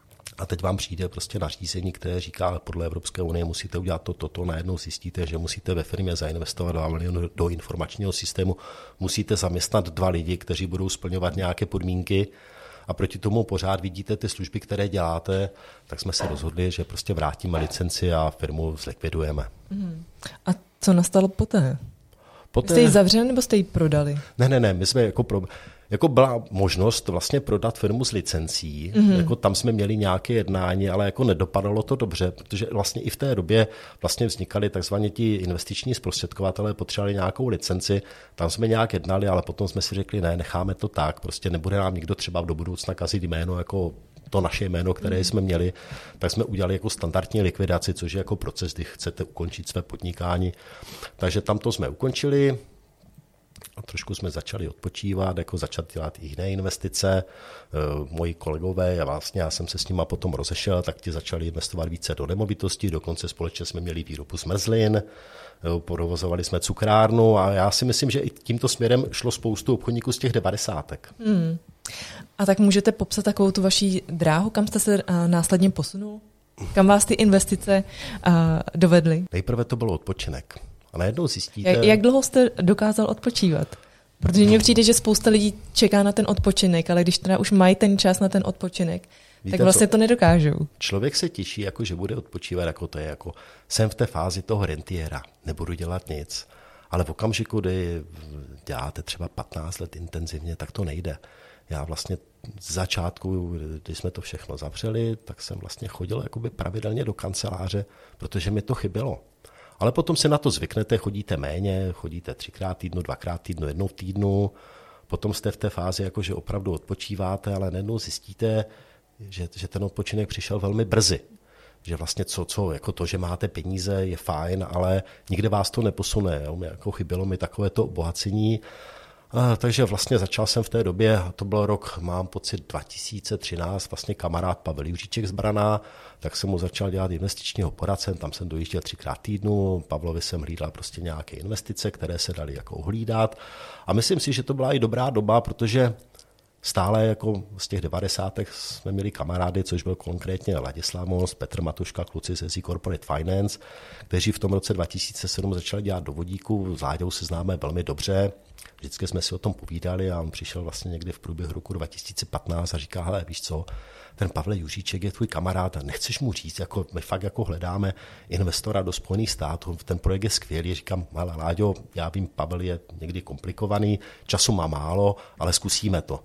A teď vám přijde prostě nařízení, které říká, podle Evropské unie musíte udělat to, toto, najednou zjistíte, že musíte ve firmě zainvestovat dva miliony do informačního systému, musíte zaměstnat dva lidi, kteří budou splňovat nějaké podmínky, a proti tomu pořád vidíte ty služby, které děláte, tak jsme se rozhodli, že prostě vrátíme licenci a firmu zlikvidujeme. A co nastalo poté? Poté... Jste ji zavřeli nebo jste ji prodali? Ne, ne, ne, my jsme jako pro... Jako byla možnost vlastně prodat firmu s licencí, mm-hmm. jako tam jsme měli nějaké jednání, ale jako nedopadalo to dobře, protože vlastně i v té době vlastně vznikali takzvaně ti investiční zprostředkovatelé, potřebovali nějakou licenci, tam jsme nějak jednali, ale potom jsme si řekli, ne, necháme to tak, prostě nebude nám nikdo třeba do budoucna kazit jméno jako to naše jméno, které jsme měli, tak jsme udělali jako standardní likvidaci, což je jako proces, kdy chcete ukončit své podnikání. Takže tam to jsme ukončili. A trošku jsme začali odpočívat, jako začat dělat i jiné investice. Moji kolegové, a vlastně já jsem se s nima potom rozešel, tak ti začali investovat více do nemovitostí, dokonce společně jsme měli výrobu zmrzlin, provozovali jsme cukrárnu a já si myslím, že i tímto směrem šlo spoustu obchodníků z těch devadesátek. Hmm. A tak můžete popsat takovou tu vaši dráhu, kam jste se následně posunul? Kam vás ty investice dovedly? Nejprve to byl odpočinek. A najednou zjistíte... Jak, jak dlouho jste dokázal odpočívat? Protože mně přijde, že spousta lidí čeká na ten odpočinek, ale když teda už mají ten čas na ten odpočinek, Víte, tak vlastně co? To nedokážou. Člověk se těší, jako že bude odpočívat, jako to je, jako jsem v té fázi toho rentiera, nebudu dělat nic. Ale v okamžiku, kdy děláte třeba patnáct let intenzivně, tak to nejde. Já vlastně z začátku, když jsme to všechno zavřeli, tak jsem vlastně chodil jakoby pravidelně do kanceláře, protože mi to chybělo. Ale potom si na to zvyknete, chodíte méně, chodíte třikrát týdnu, dvakrát týdnu, jednou v týdnu, potom jste v té fázi, jako že opravdu odpočíváte, ale najednou zjistíte, že, že ten odpočinek přišel velmi brzy. Že vlastně co, co, jako to, že máte peníze, je fajn, ale nikde vás to neposune. Jo? Jako chybělo mi takové to obohacení. A, takže vlastně začal jsem v té době, to byl rok, mám pocit, dva tisíce třináct, vlastně kamarád Pavel Juříček z Brna, tak jsem mu začal dělat investičního poradce, tam jsem dojížděl třikrát týdnu, Pavlovi jsem hlídal prostě nějaké investice, které se daly jako ohlídat a myslím si, že to byla i dobrá doba, protože stále jako z těch devadesátých jsme měli kamarády, což byl konkrétně Ladislav Most, Petr Matuška, kluci ze Z Corporate Finance, kteří v tom roce dva tisíce sedm začali dělat do vodíku, s Láďou se známe velmi dobře, vždycky jsme si o tom povídali a on přišel vlastně někdy v průběhu roku dva tisíce patnáct a říká, hele, víš co, ten Pavel Juříček je tvůj kamarád a nechceš mu říct, jako my fakt jako hledáme investora do Spojených států, ten projekt je skvělý, říkám, hele Láďo, já vím, Pavel je někdy komplikovaný, času má málo, ale zkusíme to.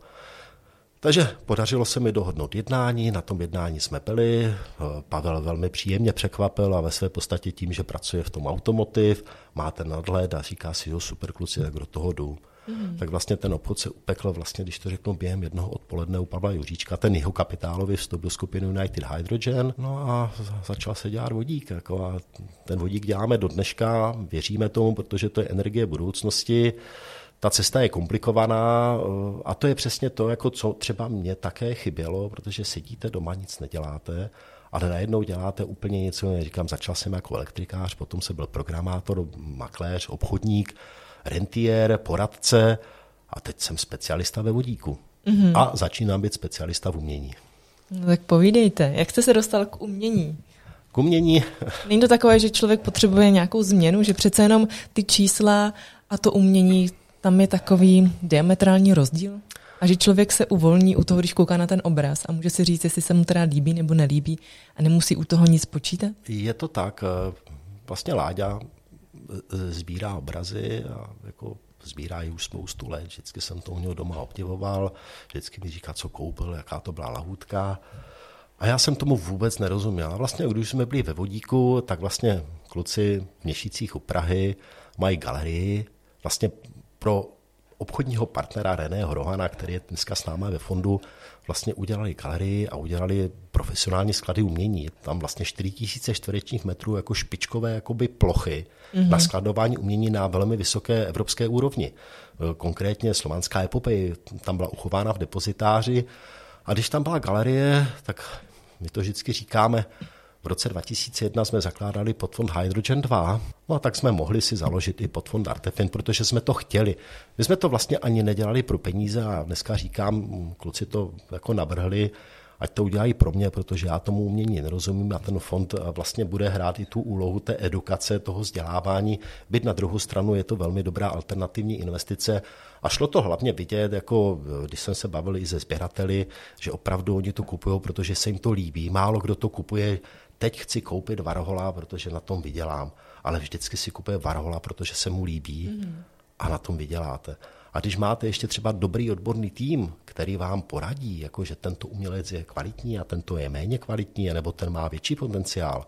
Takže podařilo se mi dohodnout jednání, na tom jednání jsme byli, Pavel velmi příjemně překvapil a ve své podstatě tím, že pracuje v tom automotiv, má ten nadhled a říká si, jo, super kluci, tak do toho jdu. Mm. Tak vlastně ten obchod se upekl, vlastně, když to řeknu, během jednoho odpoledne u Pavla Juříčka, ten jeho kapitálový vstup do skupiny United Hydrogen, no a začal se dělat vodík. Jako a ten vodík děláme do dneška, věříme tomu, protože to je energie budoucnosti. Ta cesta je komplikovaná a to je přesně to, jako co třeba mě také chybělo, protože sedíte doma, nic neděláte, ale najednou děláte úplně něco. Říkám, začal jsem jako elektrikář, potom jsem byl programátor, makléř, obchodník, rentier, poradce a teď jsem specialista ve vodíku. Mm-hmm. A začínám být specialista v umění. No tak povídejte, jak jste se dostal k umění? K umění? Není to takové, že člověk potřebuje nějakou změnu, že přece jenom ty čísla a to umění, tam je takový diametrální rozdíl? A že člověk se uvolní u toho, když kouká na ten obraz a může si říct, jestli se mu teda líbí nebo nelíbí a nemusí u toho nic počítat? Je to tak. Vlastně Láďa sbírá obrazy a jako sbírá ji už spoustu let. Vždycky jsem to u něho doma obdivoval, vždycky mi říká, co koupil, jaká to byla lahůdka. A já jsem tomu vůbec nerozuměl. A vlastně, když jsme byli ve vodíku, tak vlastně kluci v Měšicích u Prahy mají galerii vlastně pro obchodního partnera Reného Rohana, který je dneska s námi ve fondu, vlastně udělali galerii a udělali profesionální sklady umění. Tam vlastně čtyři tisíce čtverečních metrů jako špičkové jakoby plochy mm-hmm. na skladování umění na velmi vysoké evropské úrovni. Konkrétně Slovanská epopej tam byla uchována v depozitáři a když tam byla galerie, tak my to vždycky říkáme, v roce dva tisíce jedna jsme zakládali podfond Hydrogen dva, no a tak jsme mohli si založit i podfond Artefin, protože jsme to chtěli. My jsme to vlastně ani nedělali pro peníze a dneska říkám, kluci to jako navrhli, ať to udělají pro mě, protože já tomu umění nerozumím a ten fond vlastně bude hrát i tu úlohu té edukace, toho vzdělávání. Byť na druhou stranu je to velmi dobrá alternativní investice a šlo to hlavně vidět, jako když jsem se bavil i se sběrateli, že opravdu oni to kupují, protože se jim to líbí. Málo kdo to kupuje, teď chci koupit Warhola, protože na tom vydělám, ale vždycky si kupuje Warhola, protože se mu líbí. Mm. a na tom vyděláte. A když máte ještě třeba dobrý odborný tým, který vám poradí, jako že tento umělec je kvalitní a tento je méně kvalitní, nebo ten má větší potenciál,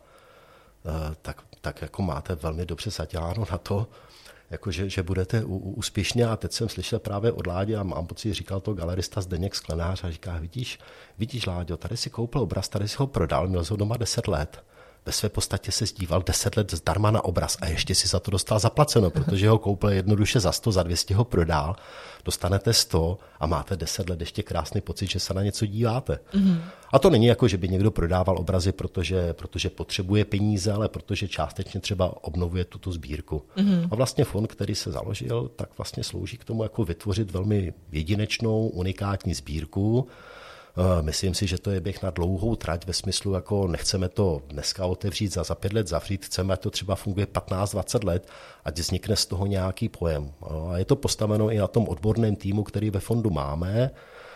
tak, tak jako máte velmi dobře zaděláno na to, jako že, že budete u, u, úspěšně. A teď jsem slyšel právě od Ládi a mám pocit, říkal to galerista Zdeněk Sklenář a říká, vidíš, vidíš Láďo, tady si koupil obraz, tady si ho prodal, měl ho doma deset let. Ve své podstatě se zdíval deset let zdarma na obraz a ještě si za to dostal zaplaceno, protože ho koupil jednoduše za sto, za dvě stě ho prodal, dostanete sto a máte deset let ještě krásný pocit, že se na něco díváte. Mm-hmm. A to není jako, že by někdo prodával obrazy, protože, protože potřebuje peníze, ale protože částečně třeba obnovuje tuto sbírku. Mm-hmm. A vlastně fond, který se založil, tak vlastně slouží k tomu jako vytvořit velmi jedinečnou, unikátní sbírku. Myslím si, že to je běh na dlouhou trať ve smyslu, jako nechceme to dneska otevřít, za, za pět let zavřít, chceme, ať to třeba funguje patnáct dvacet let, ať vznikne z toho nějaký pojem. A je to postaveno i na tom odborném týmu, který ve fondu máme.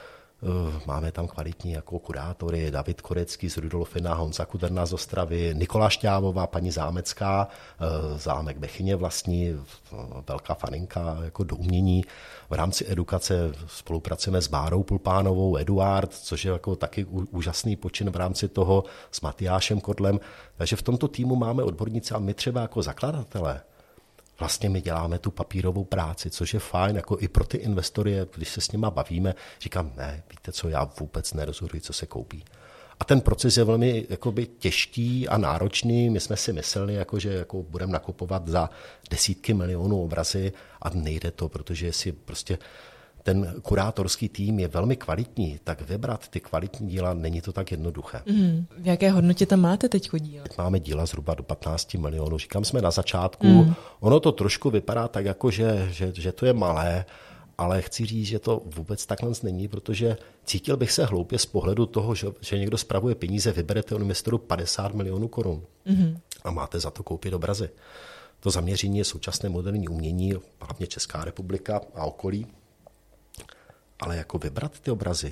Máme tam kvalitní jako kurátory, David Korecký z Rudolfina, Honza Kuderna z Ostravy, Nikola Šťávová, paní Zámecká, zámek Bechyně vlastní, velká faninka jako do umění. V rámci edukace spolupracujeme s Bárou Pulpánovou, Eduard, což je jako taky úžasný počin v rámci toho, s Matyášem Kodlem. Takže v tomto týmu máme odborníci a my třeba jako zakladatelé vlastně my děláme tu papírovou práci, což je fajn, jako i pro ty investory, když se s nima bavíme, říkám, ne, víte co, já vůbec nerozhoduji, co se koupí. A ten proces je velmi jakoby, těžký a náročný. My jsme si mysleli, jako, že jako, budeme nakupovat za desítky milionů obrazy a nejde to, protože si prostě ten kurátorský tým je velmi kvalitní, tak vybrat ty kvalitní díla není to tak jednoduché. Mm. V jaké hodnotě tam máte teď díla? Teď máme díla zhruba do patnáct milionů. Říkám, jsme na začátku. Mm. Ono to trošku vypadá tak, jako že, že, že to je malé, ale chci říct, že to vůbec takhle není, protože cítil bych se hloupě z pohledu toho, že, že někdo spravuje peníze, vyberete od investoru padesát milionů korun mm. a máte za to koupit obrazy. To zaměření je současné moderní umění, hlavně Česká republika a okolí. Ale jako vybrat ty obrazy,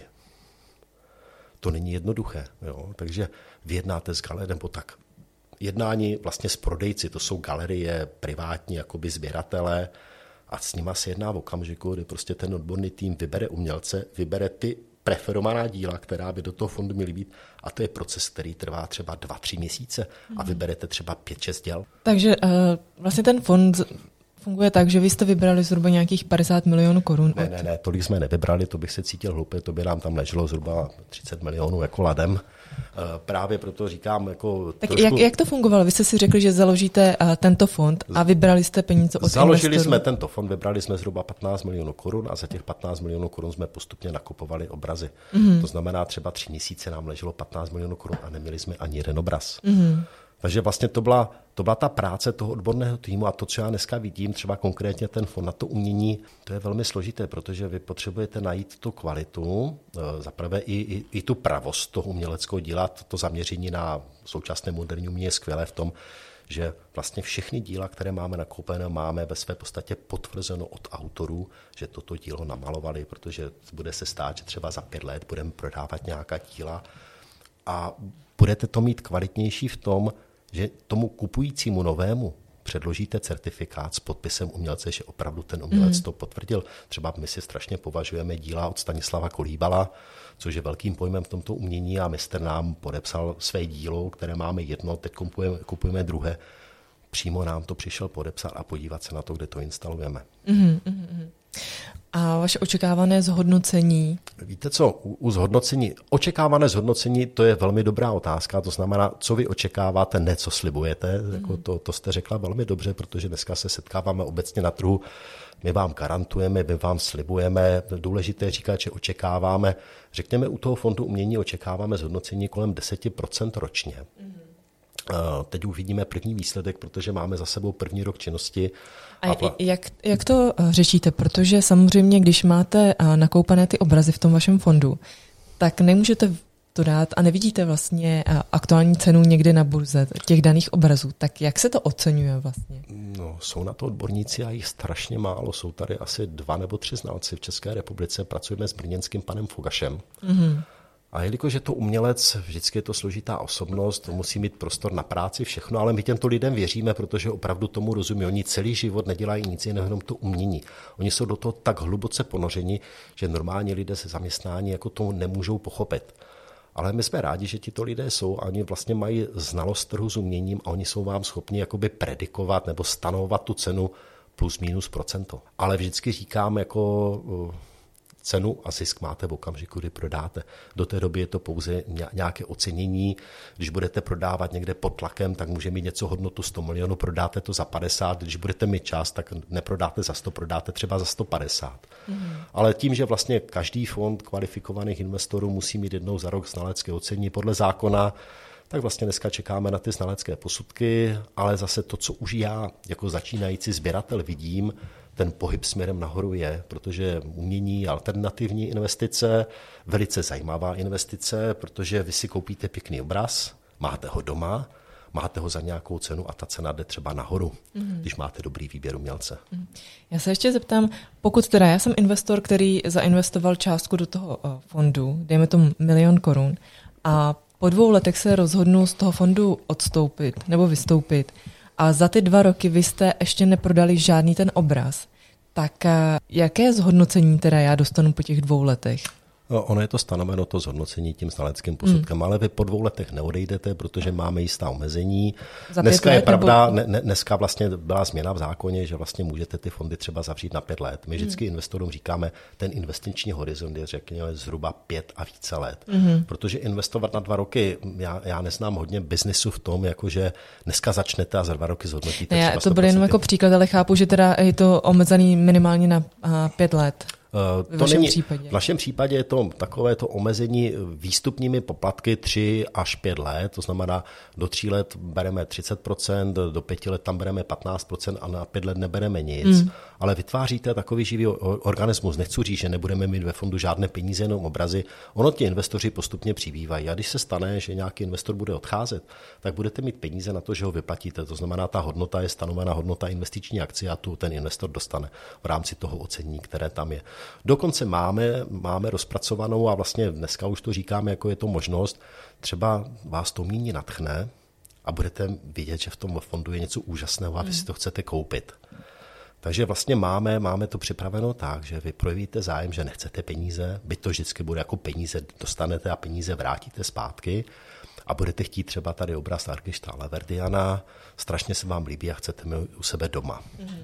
to není jednoduché. Jo? Takže vyjednáte s galerem, nebo tak. Jednání vlastně s prodejci, to jsou galerie, privátní jakoby sběratelé a s nima se jedná v okamžiku, kdy prostě ten odborný tým vybere umělce, vybere ty preferovaná díla, která by do toho fondu měly být a to je proces, který trvá třeba dva, tři měsíce a vyberete třeba pět, šest děl. Takže uh, vlastně ten fond funguje tak, že vy jste vybrali zhruba nějakých padesát milionů korun. Ne, ne, ne, tolik jsme nevybrali, to bych se cítil hloupě, to by nám tam leželo zhruba třicet milionů jako ladem. Právě proto říkám jako Tak trošku... jak, jak to fungovalo? Vy jste si řekli, že založíte uh, tento fond a vybrali jste peníze od Založili investorů. jsme tento fond, vybrali jsme zhruba patnáct milionů korun a za těch patnáct milionů korun jsme postupně nakupovali obrazy. Mm-hmm. To znamená, třeba tři měsíce nám leželo patnáct milionů korun a neměli jsme ani jeden obraz. Mm-hmm. Takže vlastně to byla, to byla ta práce toho odborného týmu a to, co já dneska vidím, třeba konkrétně ten fond na to umění, to je velmi složité, protože vy potřebujete najít tu kvalitu, zaprvé i, i, i tu pravost toho uměleckého díla, to zaměření na současné moderní umění je skvělé v tom, že vlastně všechny díla, které máme nakoupené, máme ve své podstatě potvrzeno od autorů, že toto dílo namalovali, protože bude se stát, že třeba za pět let budeme prodávat nějaká díla a budete to mít kvalitnější v tom, že tomu kupujícímu novému předložíte certifikát s podpisem umělce, že opravdu ten umělec mm. to potvrdil. Třeba my si strašně považujeme díla od Stanislava Kolíbala, což je velkým pojmem v tomto umění a mistr nám podepsal své dílo, které máme jedno, teď kupujeme, kupujeme druhé. Přímo nám to přišel podepsat a podívat se na to, kde to instalujeme. Mm, mm, mm. A vaše očekávané zhodnocení? Víte co, u, u zhodnocení, očekávané zhodnocení, to je velmi dobrá otázka, to znamená, co vy očekáváte, ne co slibujete, mm. jako to, to jste řekla velmi dobře, protože dneska se setkáváme obecně na trhu, my vám garantujeme, my vám slibujeme, důležité říkat, že očekáváme, řekněme u toho fondu umění očekáváme zhodnocení kolem deset procent ročně. Mm. Teď uvidíme první výsledek, protože máme za sebou první rok činnosti. A, a jak, jak to řešíte? Protože samozřejmě, když máte nakoupené ty obrazy v tom vašem fondu, tak nemůžete to dát a nevidíte vlastně aktuální cenu někde na burze těch daných obrazů. Tak jak se to oceňuje vlastně? No, jsou na to odborníci a jich strašně málo. Jsou tady asi dva nebo tři znalci v České republice. Pracujeme s brněnským panem Fogašem. Mm-hmm. A jelikož je to umělec, vždycky je to složitá osobnost, to musí mít prostor na práci, všechno, ale my těmto lidem věříme, protože opravdu tomu rozumí. Oni celý život nedělají nic jiného, jenom to umění. Oni jsou do toho tak hluboce ponořeni, že normální lidé se zaměstnání jako tomu nemůžou pochopit. Ale my jsme rádi, že tito lidé jsou a oni vlastně mají znalost trhu s uměním a oni jsou vám schopni jakoby predikovat nebo stanovat tu cenu plus minus procento. Ale vždycky říkám jako cenu a zisk máte v okamžiku, kdy prodáte. Do té doby je to pouze nějaké ocenění. Když budete prodávat někde pod tlakem, tak může mít něco hodnotu sto milionů, prodáte to za padesát. Když budete mít čas, tak neprodáte za sto, prodáte třeba za sto padesát. Mm. Ale tím, že vlastně každý fond kvalifikovaných investorů musí mít jednou za rok znalecké ocenění podle zákona, tak vlastně dneska čekáme na ty znalecké posudky, ale zase to, co už já jako začínající sběratel vidím, ten pohyb směrem nahoru je, protože umění, alternativní investice, velice zajímavá investice, protože vy si koupíte pěkný obraz, máte ho doma, máte ho za nějakou cenu a ta cena jde třeba nahoru, mm. když máte dobrý výběr umělce. Já se ještě zeptám, pokud teda já jsem investor, který zainvestoval částku do toho fondu, dejme tomu milion korun, a po dvou letech se rozhodnu z toho fondu odstoupit nebo vystoupit, a za ty dva roky vy jste ještě neprodali žádný ten obraz, tak jaké zhodnocení teda já dostanu po těch dvou letech? No, ono je to stanoveno to zhodnocení tím znaleckým posudkem, mm. ale vy po dvou letech neodejdete, protože máme jistá omezení. Za dneska je let, pravda, nebo... ne, dneska vlastně byla změna v zákoně, že vlastně můžete ty fondy třeba zavřít na pět let. My vždycky mm. investorům říkáme, ten investiční horizont je řekněme zhruba pět a více let. Mm. Protože investovat na dva roky, já, já neznám hodně biznisu v tom, jakože dneska začnete a za dva roky zhodnotíte. Ne, to byl jenom jako příklad, ale chápu, že teda je to omezený minimálně na a, pět let. V, to není, v našem případě je to takové to omezení výstupními poplatky tři až pět let, to znamená do tří let bereme třicet procent, do pěti let tam bereme patnáct procent a na pět let nebereme nic. Mm. Ale vytváříte takový živý organismus. Nechci říct, že nebudeme mít ve fondu žádné peníze, jenom obrazy. Ono ti investoři postupně přibývají. A když se stane, že nějaký investor bude odcházet, tak budete mít peníze na to, že ho vyplatíte. To znamená, ta hodnota je stanovená hodnota investiční akcie a tu ten investor dostane v rámci toho ocenění, které tam je. Dokonce máme, máme rozpracovanou a vlastně dneska už to říkáme, jako je to možnost, třeba vás to umění nadchne a budete vidět, že v tom fondu je něco úžasného a vy si to chcete koupit. Takže vlastně máme, máme to připraveno tak, že vy projevíte zájem, že nechcete peníze, byť to vždycky bude jako peníze, dostanete a peníze vrátíte zpátky a budete chtít třeba tady obraz Argyštála Verdiana, strašně se vám líbí a chcete mít u sebe doma. Mm-hmm.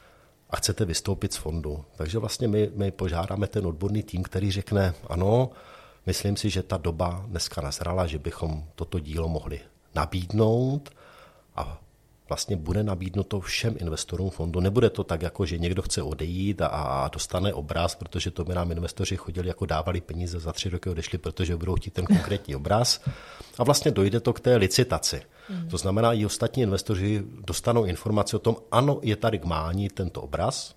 A chcete vystoupit z fondu. Takže vlastně my, my požádáme ten odborný tým, který řekne, ano, myslím si, že ta doba dneska nazrala, že bychom toto dílo mohli nabídnout a vlastně bude nabídnuto všem investorům fondu. Nebude to tak, jako že někdo chce odejít a, a dostane obraz, protože to by nám investoři chodili, jako dávali peníze za tři roky odešli, protože budou chtít ten konkrétní obraz. A vlastně dojde to k té licitaci. Mm. To znamená, i ostatní investoři dostanou informaci o tom, ano, je tady k mání tento obraz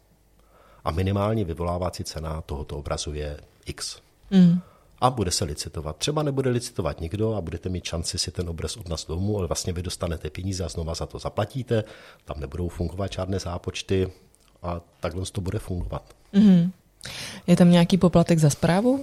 a minimální vyvolávací cena tohoto obrazu je X. Mm. A bude se licitovat. Třeba nebude licitovat nikdo a budete mít šanci si ten obraz odnést domů, ale vlastně vy dostanete peníze a znova za to zaplatíte, tam nebudou fungovat žádné zápočty a takhle to bude fungovat. Mm. Je tam nějaký poplatek za správu?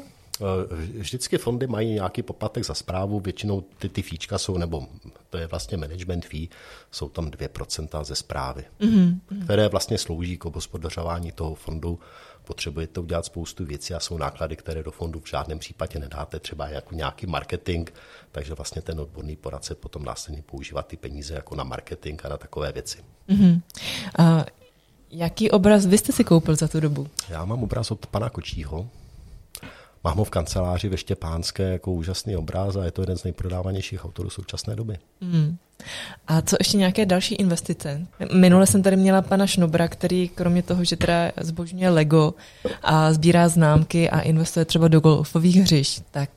Vždycky fondy mají nějaký poplatek za správu, většinou ty, ty fíčka jsou, nebo to je vlastně management fee, jsou tam dvě procenta ze správy, mm-hmm. které vlastně slouží k obhospodařování toho fondu. Potřebujete udělat spoustu věcí a jsou náklady, které do fondu v žádném případě nedáte, třeba jako nějaký marketing, takže vlastně ten odborný poradce potom následně používá ty peníze jako na marketing a na takové věci. Mm-hmm. A jaký obraz vy jste si koupil za tu dobu? Já mám obraz od pana Kočího. Mám ho v kanceláři ve Štěpánské jako úžasný obraz a je to jeden z nejprodávanějších autorů současné doby. Mm. A co ještě nějaké další investice? Minule jsem tady měla pana Šnobra, který kromě toho, že teda zbožňuje Lego a sbírá známky a investuje třeba do golfových hřišť, tak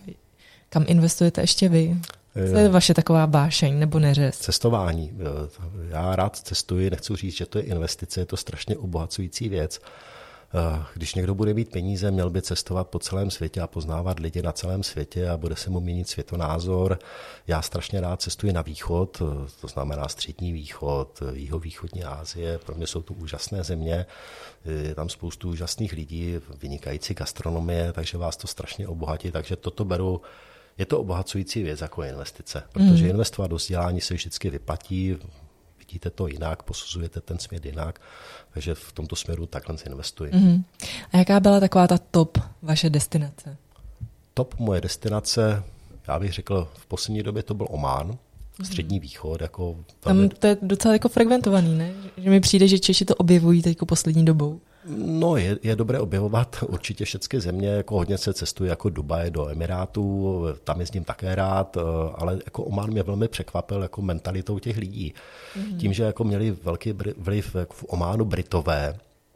kam investujete ještě vy? Co je vaše taková vášeň nebo neřez? Cestování. Já rád cestuji, nechci říct, že to je investice, je to strašně obohacující věc. Když někdo bude mít peníze, měl by cestovat po celém světě a poznávat lidi na celém světě a bude se mu měnit světonázor. Já strašně rád cestuji na východ, to znamená střední východ, jihovýchodní Asie. Pro mě jsou to úžasné země, je tam spoustu úžasných lidí, vynikající gastronomie, takže vás to strašně obohatí. Takže toto beru, je to obohacující věc jako investice, protože mm. investovat do vzdělání se vždycky vyplatí, vidíte to jinak, posuzujete ten svět jinak, takže v tomto směru takhle investuji. Mm. A jaká byla taková ta top vaše destinace? Top moje destinace, já bych řekl, v poslední době to byl Omán, střední východ. Jako tam to je docela jako frekventovaný, ne? Že mi přijde, že Češi to objevují teď poslední dobou. No, je, je dobré objevovat určitě všechny země, jako hodně se cestuje jako Dubaj do Emirátů, tam jezdím také rád, ale jako Omán mě velmi překvapil jako mentalitou těch lidí. Mm-hmm. Tím, že jako měli velký vliv v Ománu Britové,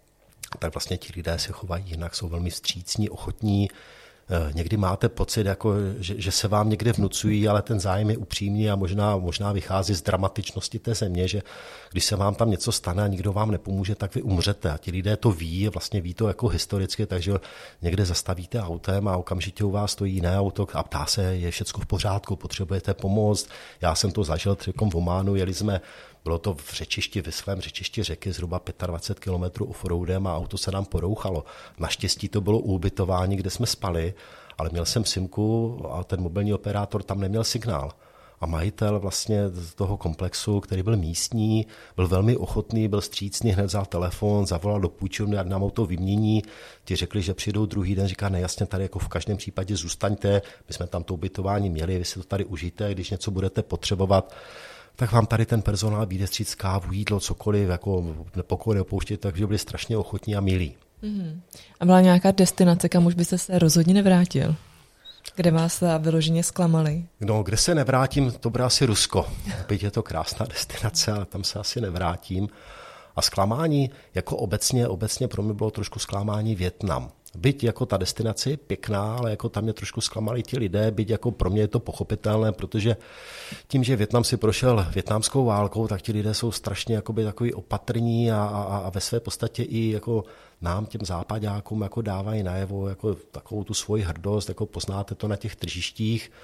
tak vlastně ti lidé se chovají jinak, jsou velmi vstřícní, ochotní. Někdy máte pocit, jako, že, že se vám někde vnucují, ale ten zájem je upřímný a možná, možná vychází z dramatičnosti té země, že když se vám tam něco stane a nikdo vám nepomůže, tak vy umřete. A ti lidé to ví, vlastně ví to jako historicky, takže někde zastavíte autem a okamžitě u vás stojí jiné auto a ptá se, je všechno v pořádku, potřebujete pomoct. Já jsem to zažil třeba v Ománu, jeli jsme, bylo to v řečišti, v svém řečišti řeky, zhruba dvacet pět kilometrů offroadem a auto se nám porouchalo. Naštěstí to bylo u ubytování, kde jsme spali, ale měl jsem simku a ten mobilní operátor tam neměl signál. A majitel vlastně toho komplexu, který byl místní, byl velmi ochotný, byl vstřícný, hned vzal telefon, zavolal do půjčovny, ať nám auto vymění. Ti řekli, že přijdou druhý den, říká, nejasně, tady jako v každém případě zůstaňte, my jsme tam to ubytování měli, vy si to tady užijte, když něco budete potřebovat, tak vám tady ten personál vyjde vstříc kávu, jídlo, cokoliv, jako pokoj neopouštět, takže byli strašně ochotní a milí. Mm-hmm. A byla nějaká destinace, kam už byste se rozhodně nevrátil? Kde vás vyloženě zklamali? No, kde se nevrátím, to bude asi Rusko. Byť je to krásná destinace, ale tam se asi nevrátím. A zklamání, jako obecně, obecně pro mě bylo trošku zklamání Vietnam. Byť jako ta destinace je pěkná, ale jako tam mě trošku zklamali ti lidé, byť jako pro mě je to pochopitelné, protože tím, že Vietnam si prošel vietnamskou válkou, tak ti lidé jsou strašně jakoby takový opatrní a, a, a ve své podstatě i jako nám, těm západákům, jako dávají najevo jako takovou tu svoji hrdost, jako poznáte to na těch tržištích.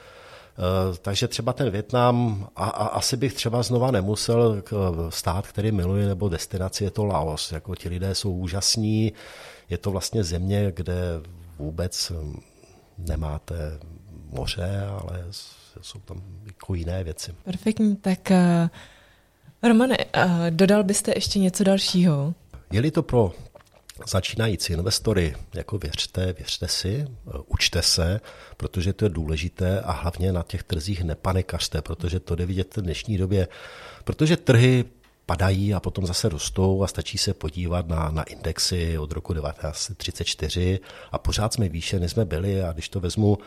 Takže třeba ten Vietnam, a, a asi bych třeba znova nemusel stát, který miluje, nebo destinaci, je to Laos. Jako ti lidé jsou úžasní, je to vlastně země, kde vůbec nemáte moře, ale jsou tam jako jiné věci. Perfektní, tak uh, Romane, uh, dodal byste ještě něco dalšího? Je-li to pro začínající investory, jako věřte, věřte si, učte se, protože to je důležité a hlavně na těch trzích nepanikařte, protože to jde vidět v dnešní době, protože trhy padají a potom zase rostou a stačí se podívat na, na indexy od roku devatenáct set třicet čtyři a pořád jsme výše, než jsme byli a když to vezmu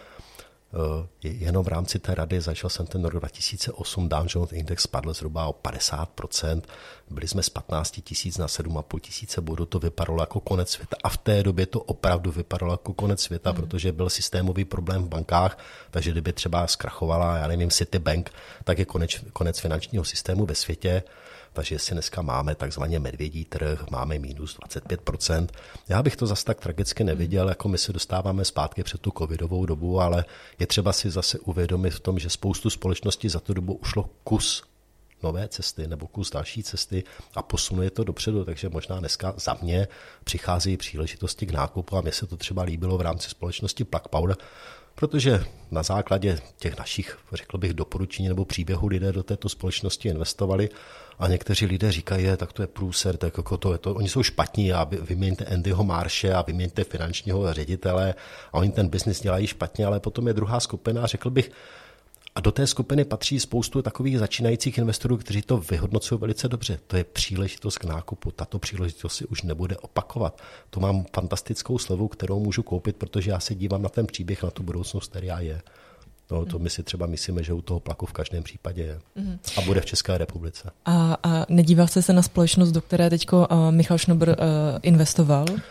jenom v rámci té rady, začal jsem ten rok dva tisíce osm, Dow Jones Index spadl zhruba o padesát procent, byli jsme z patnáct tisíc na sedm a půl tisíce bodů, to vypadalo jako konec světa a v té době to opravdu vypadalo jako konec světa, mm. protože byl systémový problém v bankách, takže kdyby třeba zkrachovala, já nevím, Citibank, tak je konec, konec finančního systému ve světě. Takže jestli dneska máme takzvaně medvědí trh, máme minus dvacet pět procent. Já bych to zase tak tragicky neviděl, jako my se dostáváme zpátky před tu covidovou dobu, ale je třeba si zase uvědomit v tom, že spoustu společností za tu dobu ušlo kus nové cesty nebo kus další cesty a posunuje to dopředu, takže možná dneska za mě přichází příležitosti k nákupu a mně se to třeba líbilo v rámci společnosti Plug Power, protože na základě těch našich, řekl bych, doporučení nebo příběhů lidé do této společnosti investovali a někteří lidé říkají, je, tak to je průser, tak jako to je to, oni jsou špatní a vyměňte Andyho Marshe a vyměňte finančního ředitele a oni ten biznis dělají špatně, ale potom je druhá skupina, řekl bych, a do té skupiny patří spoustu takových začínajících investorů, kteří to vyhodnocují velice dobře. To je příležitost k nákupu. Tato příležitost si už nebude opakovat. To mám fantastickou slevu, kterou můžu koupit, protože já se dívám na ten příběh, na tu budoucnost, která je. No, to my si třeba myslíme, že u toho Plaku v každém případě je. Mm. A bude v České republice. A, a nedíval jste se na společnost, do které teďko uh, Michal Schnobr uh, investoval? Uh,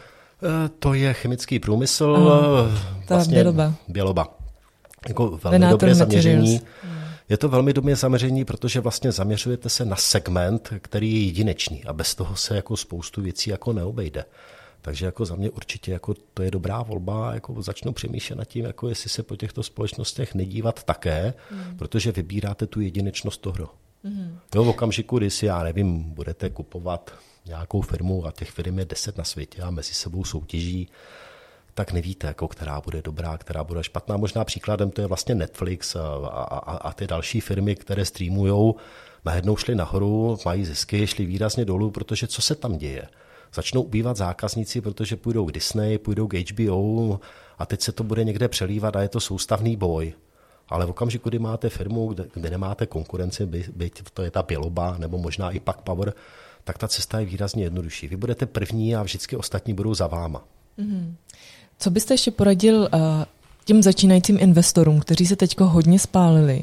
to je chemický průmysl. Uh, ta vlastně Běloba. Běloba. Jako velmi Venator dobré zaměření. Je to velmi dobré zaměření, protože vlastně zaměřujete se na segment, který je jedinečný a bez toho se jako spoustu věcí jako neobejde. Takže jako za mě určitě jako to je dobrá volba, jako začnu přemýšlet nad tím, jako jestli se po těchto společnostech nedívat také, mm. protože vybíráte tu jedinečnost toho. Mm. Jo, v okamžiku, kdy si, já nevím, budete kupovat nějakou firmu a těch firm je deset na světě a mezi sebou soutěží, tak nevíte, jako která bude dobrá, která bude špatná. Možná příkladem to je vlastně Netflix a, a, a ty další firmy, které streamujou, najednou šly nahoru, mají zisky, šly výrazně dolů, protože co se tam děje? Začnou ubývat zákazníci, protože půjdou k Disney, půjdou k H B O a teď se to bude někde přelívat a je to soustavný boj. Ale v okamžiku, kdy máte firmu, kde, kde nemáte konkurenci, by, byť to je ta Biloba nebo možná i Pack Power, tak ta cesta je výrazně jednodušší. Vy budete první a vždycky ostatní budou za váma. Mm-hmm. Co byste ještě poradil uh, těm začínajícím investorům, kteří se teď hodně spálili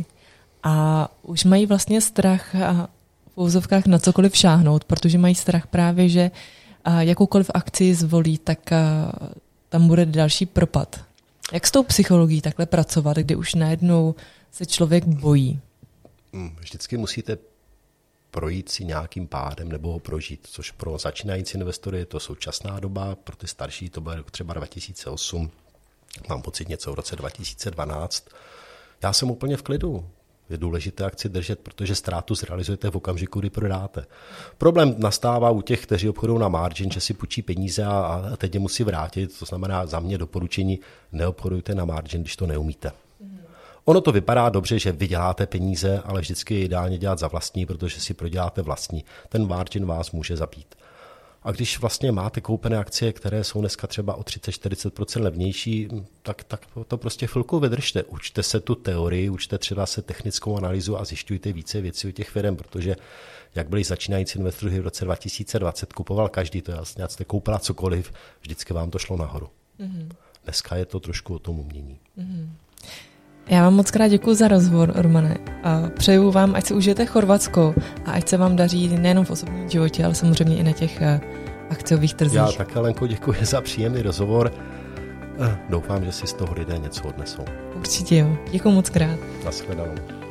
a už mají vlastně strach a v úzovkách na cokoliv šáhnout, protože mají strach právě, že uh, jakoukoliv akci zvolí, tak uh, tam bude další propad. Jak s tou psychologií takhle pracovat, kdy už najednou se člověk bojí? Vždycky musíte projít si nějakým pádem nebo ho prožít, což pro začínající investory je to současná doba, pro ty starší to bude třeba dva tisíce osm, mám pocit něco v roce dva tisíce dvanáct. Já jsem úplně v klidu. Je důležité akci držet, protože ztrátu zrealizujete v okamžiku, kdy prodáte. Problém nastává u těch, kteří obchodují na margin, že si půjčí peníze a, a teď je musí vrátit. To znamená za mě doporučení, neobchodujte na margin, když to neumíte. Mm. Ono to vypadá dobře, že vy děláte peníze, ale vždycky je ideálně dělat za vlastní, protože si proděláte vlastní. Ten margin vás může zabít. A když vlastně máte koupené akcie, které jsou dneska třeba o třicet až čtyřicet procent levnější, tak, tak to prostě chvilku vydržte. Učte se tu teorii, učte třeba se technickou analýzu a zjišťujte více věcí o těch firm, protože jak byli začínající investoři v roce dva tisíce dvacet, kupoval každý, to jasně, jste koupila cokoliv, vždycky vám to šlo nahoru. Mm-hmm. Dneska je to trošku o tom umění. Mm-hmm. Já vám moc krát děkuji za rozhovor, Romane. A přeju vám, ať si užijete Chorvatsko a ať se vám daří nejenom v osobním životě, ale samozřejmě i na těch akciových trzích. Já také, Lenko, děkuji za příjemný rozhovor. Doufám, že si z toho lidé něco odnesou. Určitě jo. Děkuji moc krát. Naschledanou.